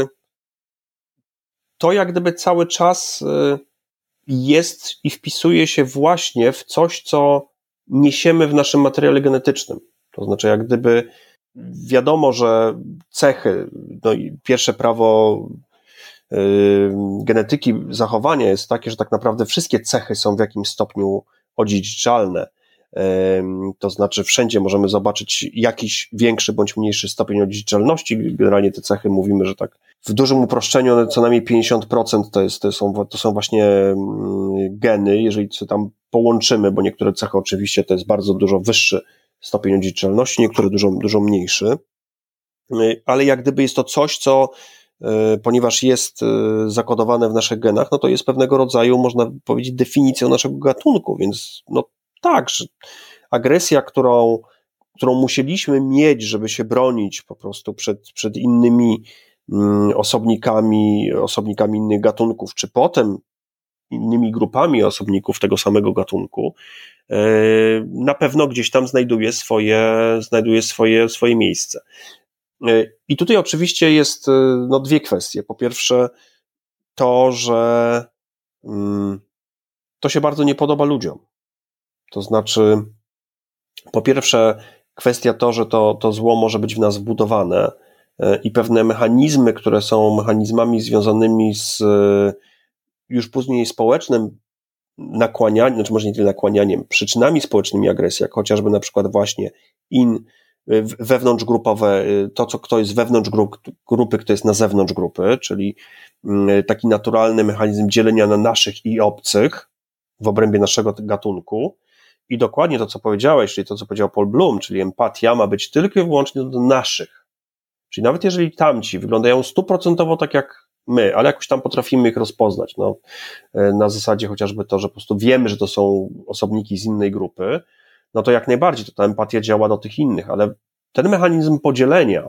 S2: to jak gdyby cały czas jest i wpisuje się właśnie w coś, co niesiemy w naszym materiale genetycznym. To znaczy jak gdyby wiadomo, że cechy, no i pierwsze prawo genetyki zachowania jest takie, że tak naprawdę wszystkie cechy są w jakimś stopniu odziedziczalne. To znaczy wszędzie możemy zobaczyć jakiś większy bądź mniejszy stopień odziedziczalności. Generalnie te cechy mówimy, że tak w dużym uproszczeniu co najmniej 50% to są właśnie geny, jeżeli sobie tam połączymy, bo niektóre cechy oczywiście to jest bardzo dużo wyższy stopień odziedziczalności, niektóre dużo mniejszy, ale jak gdyby jest to coś, co ponieważ jest zakodowane w naszych genach, no to jest pewnego rodzaju, można powiedzieć, definicją naszego gatunku, więc no tak, że agresja, którą musieliśmy mieć, żeby się bronić po prostu przed innymi osobnikami innych gatunków, czy potem innymi grupami osobników tego samego gatunku, na pewno gdzieś tam znajduje swoje miejsce. I tutaj oczywiście jest no, dwie kwestie. Po pierwsze to, że to się bardzo nie podoba ludziom. To znaczy, po pierwsze kwestia to, że to zło może być w nas wbudowane i pewne mechanizmy, które są mechanizmami związanymi z już później społecznym nakłanianiem, znaczy może nie tyle nakłanianiem, przyczynami społecznymi agresji, jak chociażby na przykład właśnie wewnątrzgrupowe, kto jest wewnątrz grupy, kto jest na zewnątrz grupy, czyli taki naturalny mechanizm dzielenia na naszych i obcych w obrębie naszego gatunku. I dokładnie to, co powiedziałeś, czyli to, co powiedział Paul Bloom, czyli empatia ma być tylko i wyłącznie do naszych. Czyli nawet jeżeli tamci wyglądają 100% tak jak my, ale jakoś tam potrafimy ich rozpoznać, no, na zasadzie chociażby to, że po prostu wiemy, że to są osobniki z innej grupy, no to jak najbardziej to ta empatia działa do tych innych, ale ten mechanizm podzielenia,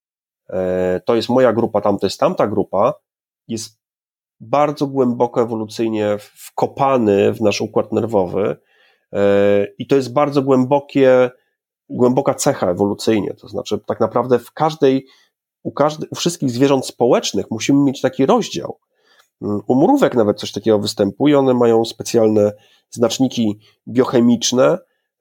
S2: to jest moja grupa, to jest tamta grupa, jest bardzo głęboko ewolucyjnie wkopany w nasz układ nerwowy i to jest bardzo głęboka cecha ewolucyjnie, to znaczy tak naprawdę u wszystkich zwierząt społecznych musimy mieć taki rozdział. U mrówek nawet coś takiego występuje, one mają specjalne znaczniki biochemiczne,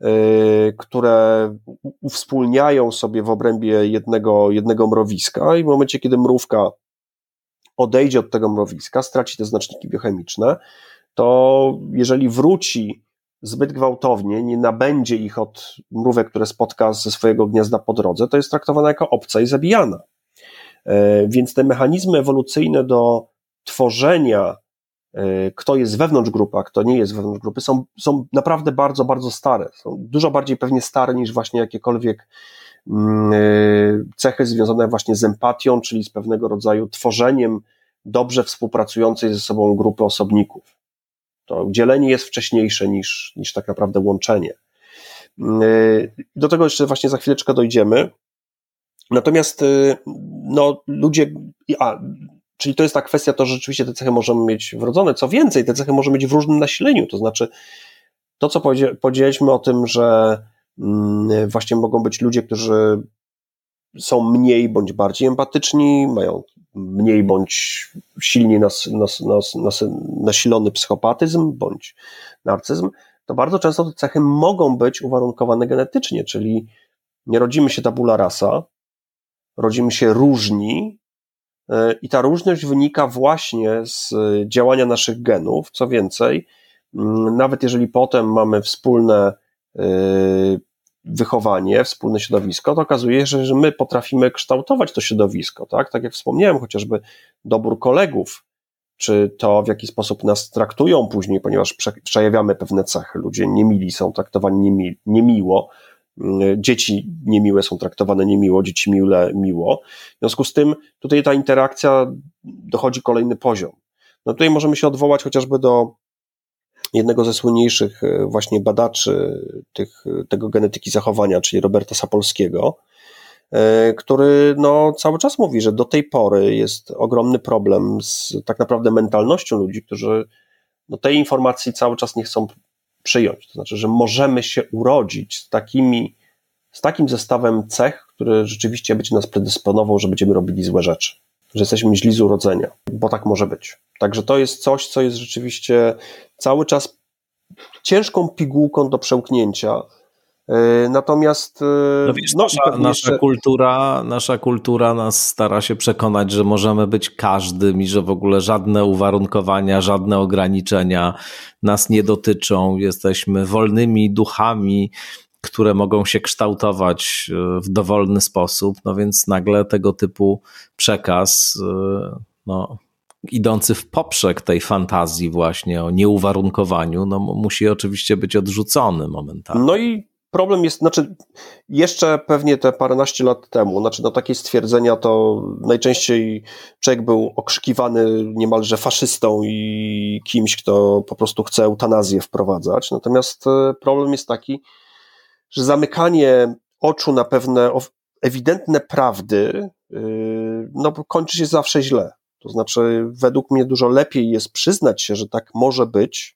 S2: które uwspólniają sobie w obrębie jednego mrowiska i w momencie, kiedy mrówka odejdzie od tego mrowiska, straci te znaczniki biochemiczne, to jeżeli wróci zbyt gwałtownie, nie nabędzie ich od mrówek, które spotka ze swojego gniazda po drodze, to jest traktowana jako obca i zabijana. Więc te mechanizmy ewolucyjne do tworzenia, kto jest wewnątrz grupy, a kto nie jest wewnątrz grupy, są naprawdę bardzo, bardzo stare. Są dużo bardziej pewnie stare niż właśnie jakiekolwiek cechy związane właśnie z empatią, czyli z pewnego rodzaju tworzeniem dobrze współpracującej ze sobą grupy osobników. To dzielenie jest wcześniejsze niż tak naprawdę łączenie. Do tego jeszcze właśnie za chwileczkę dojdziemy. Natomiast no, ludzie... Czyli to jest ta kwestia, to że rzeczywiście te cechy możemy mieć wrodzone. Co więcej, te cechy możemy mieć w różnym nasileniu. To znaczy to, co powiedzieliśmy o tym, że właśnie mogą być ludzie, którzy są mniej bądź bardziej empatyczni, mają mniej bądź silniej nasilony psychopatyzm bądź narcyzm, to bardzo często te cechy mogą być uwarunkowane genetycznie, czyli nie rodzimy się tabula rasa, rodzimy się różni i ta różność wynika właśnie z działania naszych genów. Co więcej, nawet jeżeli potem mamy wspólne wychowanie, wspólne środowisko, to okazuje się, że my potrafimy kształtować to środowisko, tak? Tak jak wspomniałem, chociażby dobór kolegów, czy to w jaki sposób nas traktują później, ponieważ przejawiamy pewne cechy. Ludzie niemili są traktowani niemiło, dzieci niemiłe są traktowane niemiło, dzieci miłe miło. W związku z tym tutaj ta interakcja dochodzi kolejny poziom. No tutaj możemy się odwołać chociażby do jednego ze słynniejszych właśnie badaczy tego genetyki zachowania, czyli Roberta Sapolskiego, który no, cały czas mówi, że do tej pory jest ogromny problem z tak naprawdę mentalnością ludzi, którzy no, tej informacji cały czas nie chcą przyjąć. To znaczy, że możemy się urodzić z takim zestawem cech, który rzeczywiście będzie nas predysponował, że będziemy robili złe rzeczy, że jesteśmy źli z urodzenia, bo tak może być. Także to jest coś, co jest rzeczywiście cały czas ciężką pigułką do przełknięcia. Natomiast
S1: no wiesz, nasza kultura nas stara się przekonać, że możemy być każdym i że w ogóle żadne uwarunkowania, żadne ograniczenia nas nie dotyczą. Jesteśmy wolnymi duchami, które mogą się kształtować w dowolny sposób, no więc nagle tego typu przekaz, no, idący w poprzek tej fantazji właśnie o nieuwarunkowaniu, no musi oczywiście być odrzucony momentalnie.
S2: No i problem jest, jeszcze pewnie te paręnaście lat temu, takie stwierdzenia to najczęściej człowiek był okrzykiwany niemalże faszystą i kimś, kto po prostu chce eutanazję wprowadzać. Natomiast problem jest taki, że zamykanie oczu na pewne ewidentne prawdy, kończy się zawsze źle. To znaczy, według mnie dużo lepiej jest przyznać się, że tak może być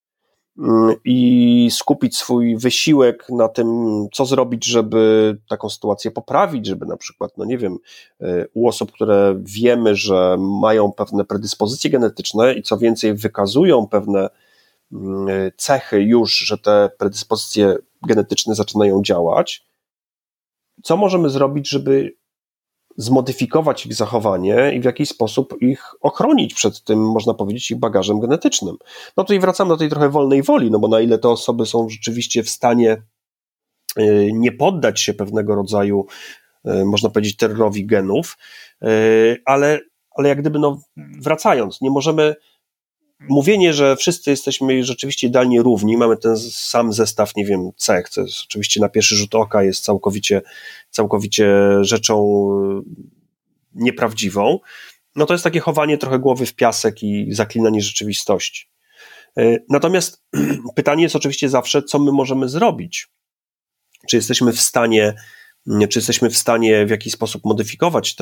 S2: i skupić swój wysiłek na tym, co zrobić, żeby taką sytuację poprawić, żeby na przykład, u osób, które wiemy, że mają pewne predyspozycje genetyczne i co więcej wykazują pewne cechy już, że te predyspozycje genetyczne zaczynają działać, co możemy zrobić, żeby zmodyfikować ich zachowanie i w jakiś sposób ich ochronić przed tym, można powiedzieć, ich bagażem genetycznym. No tutaj wracamy do tej trochę wolnej woli, bo na ile te osoby są rzeczywiście w stanie nie poddać się pewnego rodzaju, można powiedzieć, terrorowi genów, ale jak gdyby, wracając, nie możemy mówienie, że wszyscy jesteśmy rzeczywiście idealnie równi, mamy ten sam zestaw, cech, co jest oczywiście na pierwszy rzut oka jest całkowicie rzeczą nieprawdziwą, to jest takie chowanie trochę głowy w piasek i zaklinanie rzeczywistości. Natomiast pytanie jest oczywiście zawsze, co my możemy zrobić? Czy jesteśmy w stanie w jakiś sposób modyfikować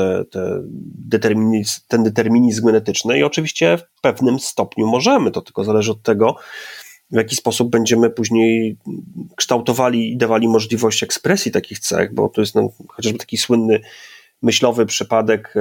S2: ten determinizm genetyczny i oczywiście w pewnym stopniu możemy, to tylko zależy od tego, w jaki sposób będziemy później kształtowali i dawali możliwość ekspresji takich cech, bo to jest chociażby taki słynny myślowy przypadek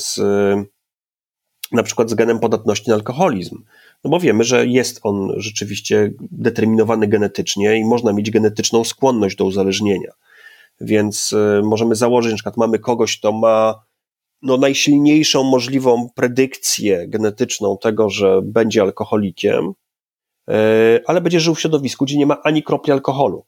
S2: na przykład z genem podatności na alkoholizm. Bo wiemy, że jest on rzeczywiście determinowany genetycznie i można mieć genetyczną skłonność do uzależnienia. Więc możemy założyć, na przykład mamy kogoś, kto ma najsilniejszą możliwą predykcję genetyczną tego, że będzie alkoholikiem, ale będzie żył w środowisku, gdzie nie ma ani kropli alkoholu.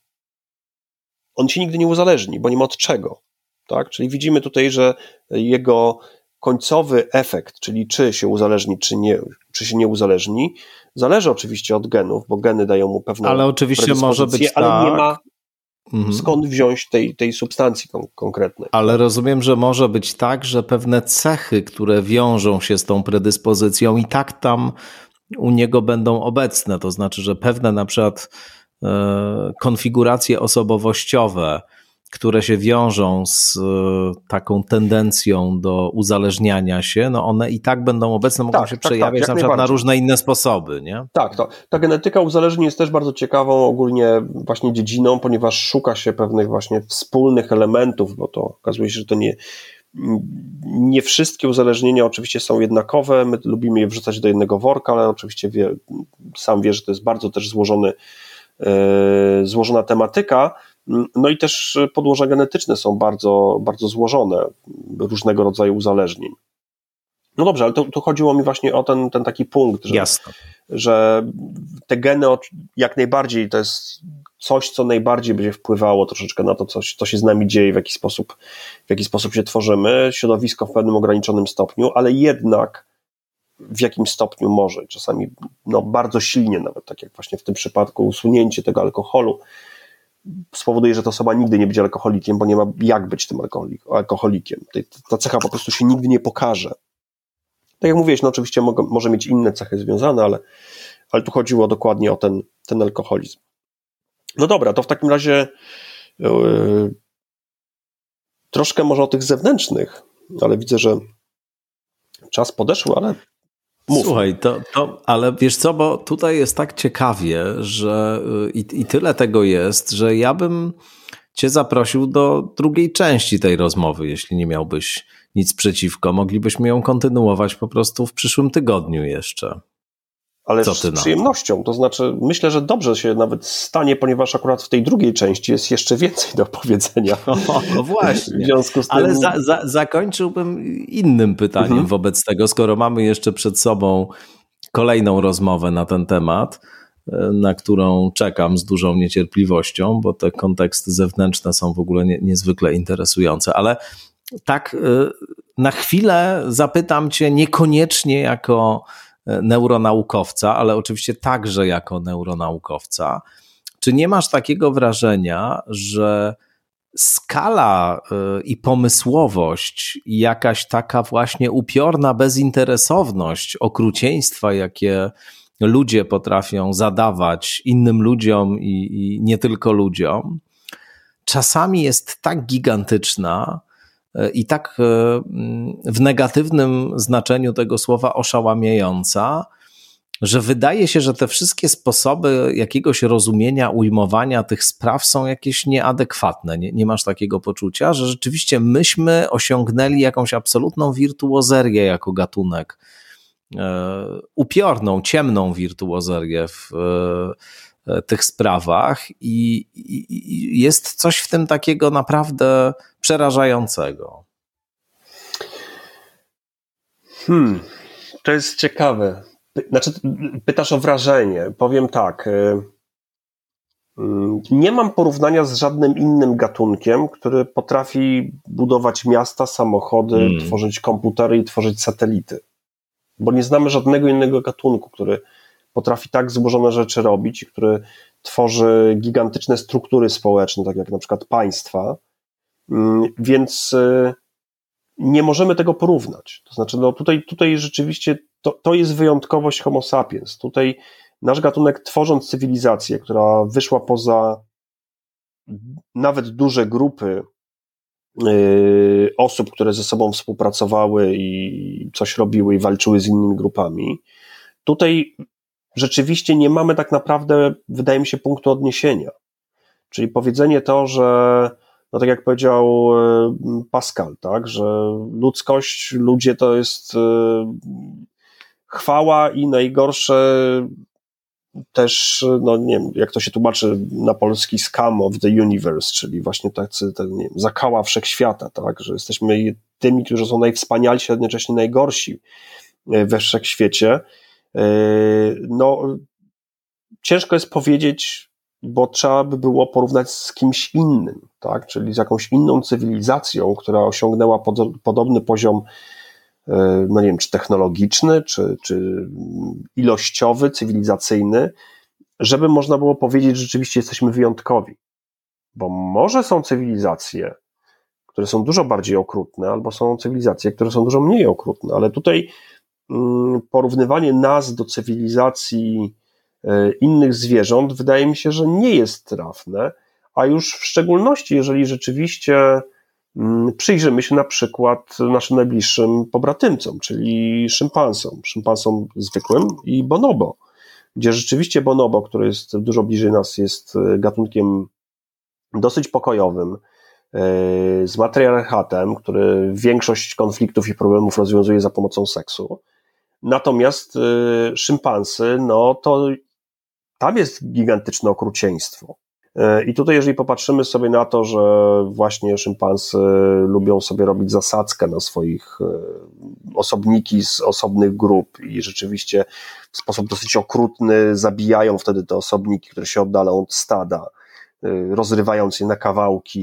S2: On się nigdy nie uzależni, bo nie ma od czego. Tak? Czyli widzimy tutaj, że jego końcowy efekt, czyli czy się uzależni, czy się nie uzależni, zależy oczywiście od genów, bo geny dają mu pewną
S1: ale oczywiście może być
S2: ale
S1: tak.
S2: Nie ma skąd wziąć tej substancji konkretnej.
S1: Ale rozumiem, że może być tak, że pewne cechy, które wiążą się z tą predyspozycją i tak tam u niego będą obecne. To znaczy, że pewne na przykład konfiguracje osobowościowe, które się wiążą z taką tendencją do uzależniania się, one i tak będą obecne, mogą się przejawiać na przykład na różne inne sposoby, nie?
S2: Tak, ta genetyka uzależnień jest też bardzo ciekawą ogólnie właśnie dziedziną, ponieważ szuka się pewnych właśnie wspólnych elementów, bo to okazuje się, że to nie wszystkie uzależnienia oczywiście są jednakowe, my lubimy je wrzucać do jednego worka, ale oczywiście sam wiesz, że to jest bardzo też złożona tematyka. No i też podłoża genetyczne są bardzo, bardzo złożone różnego rodzaju uzależnień. No dobrze, ale tu chodziło mi właśnie o ten taki punkt, że te geny jak najbardziej to jest coś, co najbardziej będzie wpływało troszeczkę na to, co się z nami dzieje, w jaki sposób się tworzymy, środowisko w pewnym ograniczonym stopniu, ale jednak w jakim stopniu może, czasami bardzo silnie nawet, tak jak właśnie w tym przypadku usunięcie tego alkoholu spowoduje, że ta osoba nigdy nie będzie alkoholikiem, bo nie ma jak być tym alkoholikiem. Ta cecha po prostu się nigdy nie pokaże. Tak jak mówiłeś, oczywiście może mieć inne cechy związane, ale tu chodziło dokładnie o ten alkoholizm. No dobra, to w takim razie troszkę może o tych zewnętrznych, ale widzę, że czas podeszły, ale Mów.
S1: Słuchaj, ale wiesz co, bo tutaj jest tak ciekawie, że i tyle tego jest, że ja bym cię zaprosił do drugiej części tej rozmowy, jeśli nie miałbyś nic przeciwko. Moglibyśmy ją kontynuować po prostu w przyszłym tygodniu jeszcze.
S2: Ale z przyjemnością, to znaczy myślę, że dobrze się nawet stanie, ponieważ akurat w tej drugiej części jest jeszcze więcej do powiedzenia.
S1: No właśnie,
S2: w związku z tym...
S1: ale zakończyłbym innym pytaniem wobec tego, skoro mamy jeszcze przed sobą kolejną rozmowę na ten temat, na którą czekam z dużą niecierpliwością, bo te konteksty zewnętrzne są w ogóle niezwykle interesujące, ale tak na chwilę zapytam cię niekoniecznie jako neuronaukowca, ale oczywiście także jako neuronaukowca. Czy nie masz takiego wrażenia, że skala i pomysłowość i jakaś taka właśnie upiorna bezinteresowność okrucieństwa, jakie ludzie potrafią zadawać innym ludziom i nie tylko ludziom, czasami jest tak gigantyczna i tak w negatywnym znaczeniu tego słowa oszałamiająca, że wydaje się, że te wszystkie sposoby jakiegoś rozumienia, ujmowania tych spraw są jakieś nieadekwatne. Nie masz takiego poczucia, że rzeczywiście myśmy osiągnęli jakąś absolutną wirtuozerię jako gatunek, upiorną, ciemną wirtuozerię w tych sprawach i jest coś w tym takiego naprawdę przerażającego.
S2: To jest ciekawe. Znaczy, pytasz o wrażenie. Powiem tak. Nie mam porównania z żadnym innym gatunkiem, który potrafi budować miasta, samochody, tworzyć komputery i tworzyć satelity. Bo nie znamy żadnego innego gatunku, który potrafi tak złożone rzeczy robić, który tworzy gigantyczne struktury społeczne, tak jak na przykład państwa, więc nie możemy tego porównać. To znaczy, no tutaj rzeczywiście to jest wyjątkowość Homo sapiens. Tutaj nasz gatunek, tworząc cywilizację, która wyszła poza nawet duże grupy osób, które ze sobą współpracowały i coś robiły i walczyły z innymi grupami, tutaj rzeczywiście nie mamy tak naprawdę, wydaje mi się, punktu odniesienia. Czyli powiedzenie to, że no tak jak powiedział Pascal, tak, że ludzkość, ludzie to jest chwała i najgorsze też, no nie wiem, jak to się tłumaczy na polski, scum of the universe, czyli właśnie tacy, nie wiem, zakała wszechświata, tak, że jesteśmy tymi, którzy są najwspanialsi, a jednocześnie najgorsi we wszechświecie. No, ciężko jest powiedzieć, bo trzeba by było porównać z kimś innym, tak? Czyli z jakąś inną cywilizacją, która osiągnęła podobny poziom, no nie wiem, czy technologiczny, czy ilościowy, cywilizacyjny, żeby można było powiedzieć, że rzeczywiście jesteśmy wyjątkowi. Bo może są cywilizacje, które są dużo bardziej okrutne, albo są cywilizacje, które są dużo mniej okrutne, ale tutaj porównywanie nas do cywilizacji innych zwierząt wydaje mi się, że nie jest trafne, a już w szczególności, jeżeli rzeczywiście przyjrzymy się na przykład naszym najbliższym pobratymcom, czyli szympansom zwykłym i bonobo, gdzie rzeczywiście bonobo, który jest dużo bliżej nas, jest gatunkiem dosyć pokojowym, z matriarchatem, który większość konfliktów i problemów rozwiązuje za pomocą seksu. Natomiast szympansy, no to tam jest gigantyczne okrucieństwo. I tutaj, jeżeli popatrzymy sobie na to, że właśnie szympansy lubią sobie robić zasadzkę na swoich osobniki z osobnych grup i rzeczywiście w sposób dosyć okrutny zabijają wtedy te osobniki, które się oddalą od stada, rozrywając je na kawałki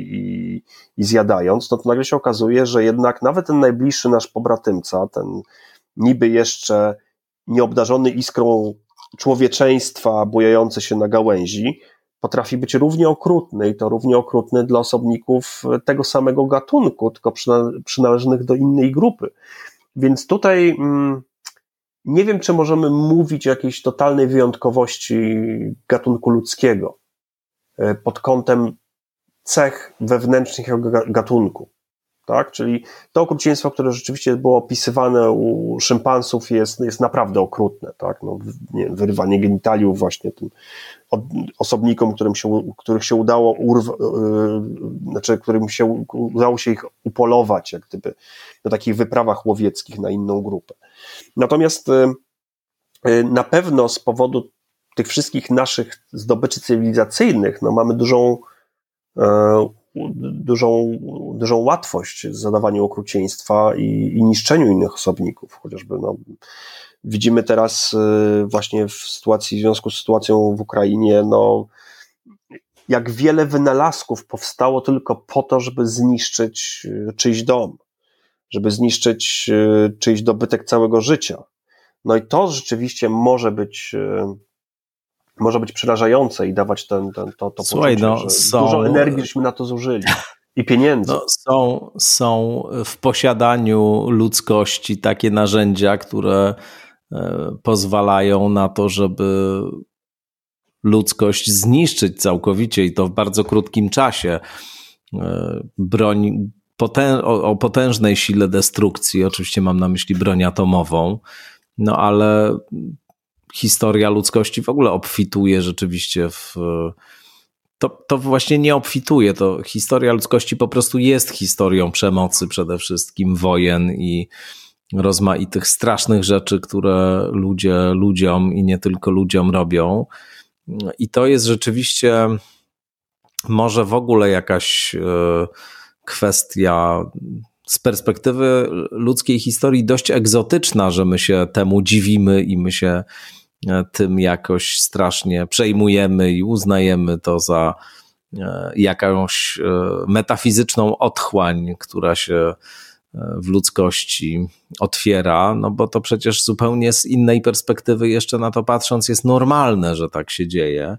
S2: i zjadając, no to nagle się okazuje, że jednak nawet ten najbliższy nasz pobratymca, ten niby jeszcze nieobdarzony iskrą człowieczeństwa bujający się na gałęzi, potrafi być równie okrutny i to równie okrutny dla osobników tego samego gatunku, tylko przynależnych do innej grupy. Więc tutaj nie wiem, czy możemy mówić o jakiejś totalnej wyjątkowości gatunku ludzkiego pod kątem cech wewnętrznych jego gatunku. tak? Czyli to okrucieństwo, które rzeczywiście było opisywane u szympansów jest naprawdę okrutne, tak? No, nie wiem, wyrywanie genitaliów właśnie tym osobnikom, których się udało udało się ich upolować, jak gdyby na takich wyprawach łowieckich na inną grupę. Natomiast na pewno z powodu tych wszystkich naszych zdobyczy cywilizacyjnych, no mamy dużą łatwość w zadawaniu okrucieństwa i niszczeniu innych osobników, chociażby widzimy teraz właśnie w związku z sytuacją w Ukrainie, jak wiele wynalazków powstało tylko po to, żeby zniszczyć czyjś dom, żeby zniszczyć czyjś dobytek całego życia. No i to rzeczywiście może być przerażające i dawać to
S1: Słuchaj,
S2: poczucie, że dużo energii żeśmy na to zużyli i pieniędzy.
S1: Są w posiadaniu ludzkości takie narzędzia, które pozwalają na to, żeby ludzkość zniszczyć całkowicie i to w bardzo krótkim czasie. Broń o potężnej sile destrukcji, oczywiście mam na myśli broń atomową, ale historia ludzkości w ogóle obfituje rzeczywiście to właśnie nie obfituje, to historia ludzkości po prostu jest historią przemocy przede wszystkim, wojen i rozmaitych strasznych rzeczy, które ludzie ludziom i nie tylko ludziom robią. I to jest rzeczywiście może w ogóle jakaś kwestia z perspektywy ludzkiej historii dość egzotyczna, że my się temu dziwimy i my się tym jakoś strasznie przejmujemy i uznajemy to za jakąś metafizyczną otchłań, która się w ludzkości otwiera, bo to przecież zupełnie z innej perspektywy jeszcze na to patrząc jest normalne, że tak się dzieje.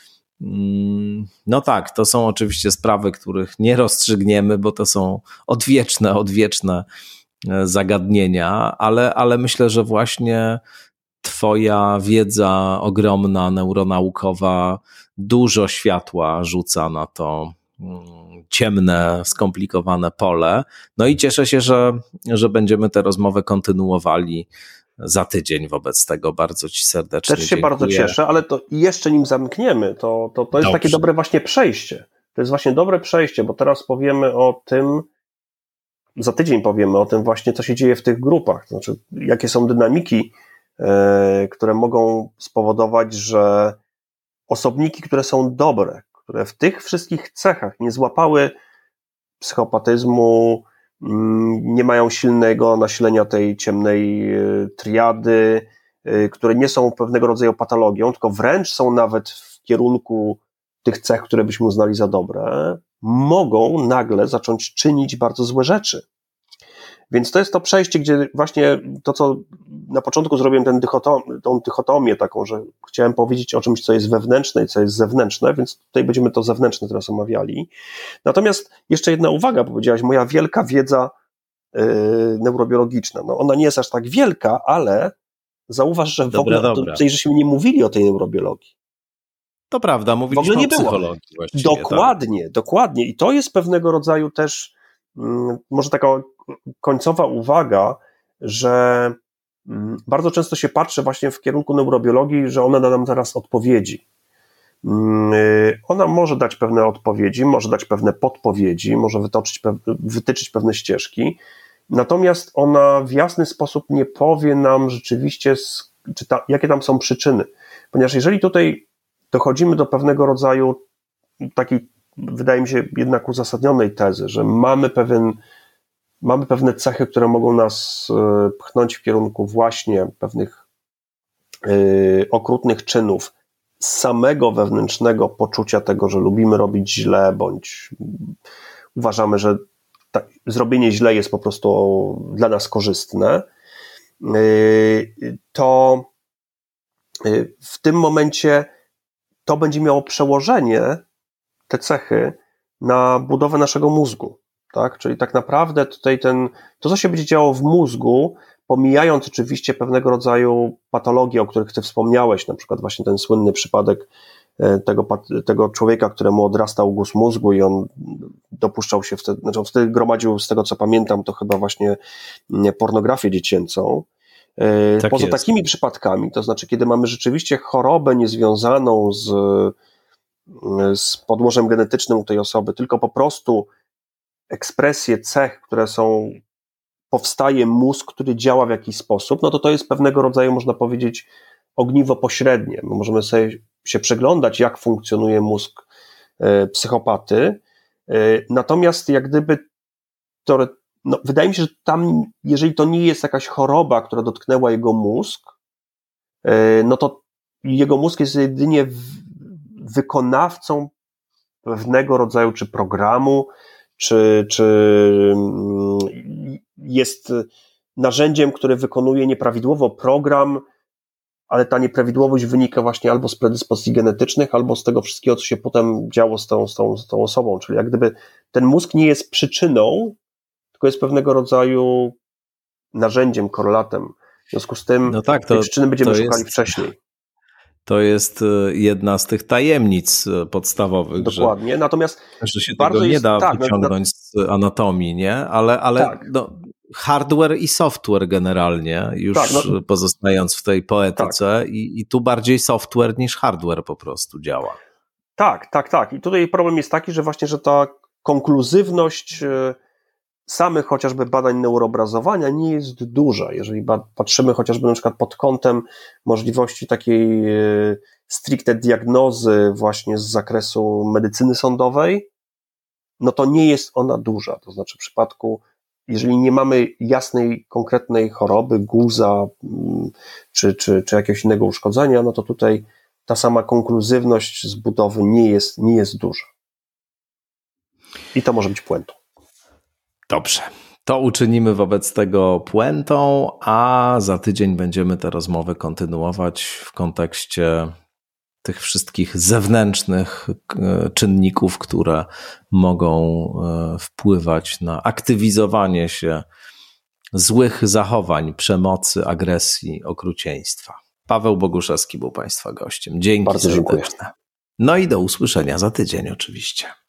S1: No tak, to są oczywiście sprawy, których nie rozstrzygniemy, bo to są odwieczne zagadnienia, ale myślę, że właśnie twoja wiedza ogromna, neuronaukowa, dużo światła rzuca na to ciemne, skomplikowane pole. No i cieszę się, że będziemy tę rozmowę kontynuowali za tydzień. Wobec tego bardzo ci serdecznie
S2: Też się
S1: dziękuję.
S2: bardzo cieszę, ale to jeszcze nim zamkniemy, to jest
S1: Dobrze.
S2: Takie dobre właśnie przejście. To jest właśnie dobre przejście, bo teraz powiemy o tym, za tydzień powiemy o tym właśnie, co się dzieje w tych grupach, znaczy jakie są dynamiki, które mogą spowodować, że osobniki, które są dobre, które w tych wszystkich cechach nie złapały psychopatyzmu, nie mają silnego nasilenia tej ciemnej triady, które nie są pewnego rodzaju patologią, tylko wręcz są nawet w kierunku tych cech, które byśmy uznali za dobre, mogą nagle zacząć czynić bardzo złe rzeczy. Więc to jest to przejście, gdzie właśnie to, co na początku zrobiłem, tą dychotomię taką, że chciałem powiedzieć o czymś, co jest wewnętrzne i co jest zewnętrzne, więc tutaj będziemy to zewnętrzne teraz omawiali. Natomiast jeszcze jedna uwaga, bo powiedziałaś, moja wielka wiedza neurobiologiczna. Ona nie jest aż tak wielka, ale zauważ, że w ogóle tutaj żeśmy nie mówili o tej neurobiologii.
S1: To prawda, mówiliśmy o psychologii właściwie.
S2: Dokładnie. I to jest pewnego rodzaju też może taka końcowa uwaga, że bardzo często się patrzy właśnie w kierunku neurobiologii, że ona da nam teraz odpowiedzi. Ona może dać pewne odpowiedzi, może dać pewne podpowiedzi, może wytyczyć pewne ścieżki, natomiast ona w jasny sposób nie powie nam rzeczywiście, jakie tam są przyczyny. Ponieważ jeżeli tutaj dochodzimy do pewnego rodzaju takiej, wydaje mi się, jednak uzasadnionej tezy, że mamy pewne cechy, które mogą nas pchnąć w kierunku właśnie pewnych okrutnych czynów, samego wewnętrznego poczucia tego, że lubimy robić źle, bądź uważamy, że zrobienie źle jest po prostu dla nas korzystne, to w tym momencie to będzie miało przełożenie, te cechy, na budowę naszego mózgu. Tak? Czyli tak naprawdę tutaj to, co się będzie działo w mózgu, pomijając oczywiście pewnego rodzaju patologie, o których ty wspomniałeś, na przykład właśnie ten słynny przypadek tego człowieka, któremu odrastał guz mózgu i on dopuszczał się wtedy, znaczy on wtedy gromadził, z tego co pamiętam, to chyba właśnie pornografię dziecięcą.
S1: Tak
S2: Poza
S1: jest.
S2: takimi przypadkami, to znaczy kiedy mamy rzeczywiście chorobę niezwiązaną z podłożem genetycznym u tej osoby, tylko po prostu ekspresję cech, które powstaje mózg, który działa w jakiś sposób, no to jest pewnego rodzaju, można powiedzieć, ogniwo pośrednie. My możemy sobie się przeglądać, jak funkcjonuje mózg psychopaty, natomiast jak gdyby wydaje mi się, że tam, jeżeli to nie jest jakaś choroba, która dotknęła jego mózg, no to jego mózg jest jedynie wykonawcą pewnego rodzaju czy programu, czy jest narzędziem, które wykonuje nieprawidłowo program, ale ta nieprawidłowość wynika właśnie albo z predyspozycji genetycznych, albo z tego wszystkiego, co się potem działo z tą osobą. Czyli jak gdyby ten mózg nie jest przyczyną, tylko jest pewnego rodzaju narzędziem, korelatem. W związku z tym tej przyczyny będziemy szukali wcześniej.
S1: To jest jedna z tych tajemnic podstawowych.
S2: Dokładnie, natomiast
S1: że się tego nie da wyciągnąć z anatomii, nie? Ale
S2: tak.
S1: Hardware i software generalnie, już pozostając w tej poetyce i tu bardziej software niż hardware po prostu działa.
S2: Tak. I tutaj problem jest taki, że właśnie, że ta konkluzywność samych chociażby badań neuroobrazowania nie jest duża. Jeżeli patrzymy chociażby na przykład pod kątem możliwości takiej stricte diagnozy właśnie z zakresu medycyny sądowej, no to nie jest ona duża. To znaczy w przypadku, jeżeli nie mamy jasnej, konkretnej choroby, guza czy jakiegoś innego uszkodzenia, no to tutaj ta sama konkluzywność z budowy nie jest duża. I to może być puentą.
S1: Dobrze, to uczynimy wobec tego puentą, a za tydzień będziemy tę rozmowę kontynuować w kontekście tych wszystkich zewnętrznych czynników, które mogą wpływać na aktywizowanie się złych zachowań, przemocy, agresji, okrucieństwa. Paweł Boguszewski był Państwa gościem. Dzięki
S2: bardzo
S1: serdeczne.
S2: Dziękuję.
S1: No i do usłyszenia za tydzień oczywiście.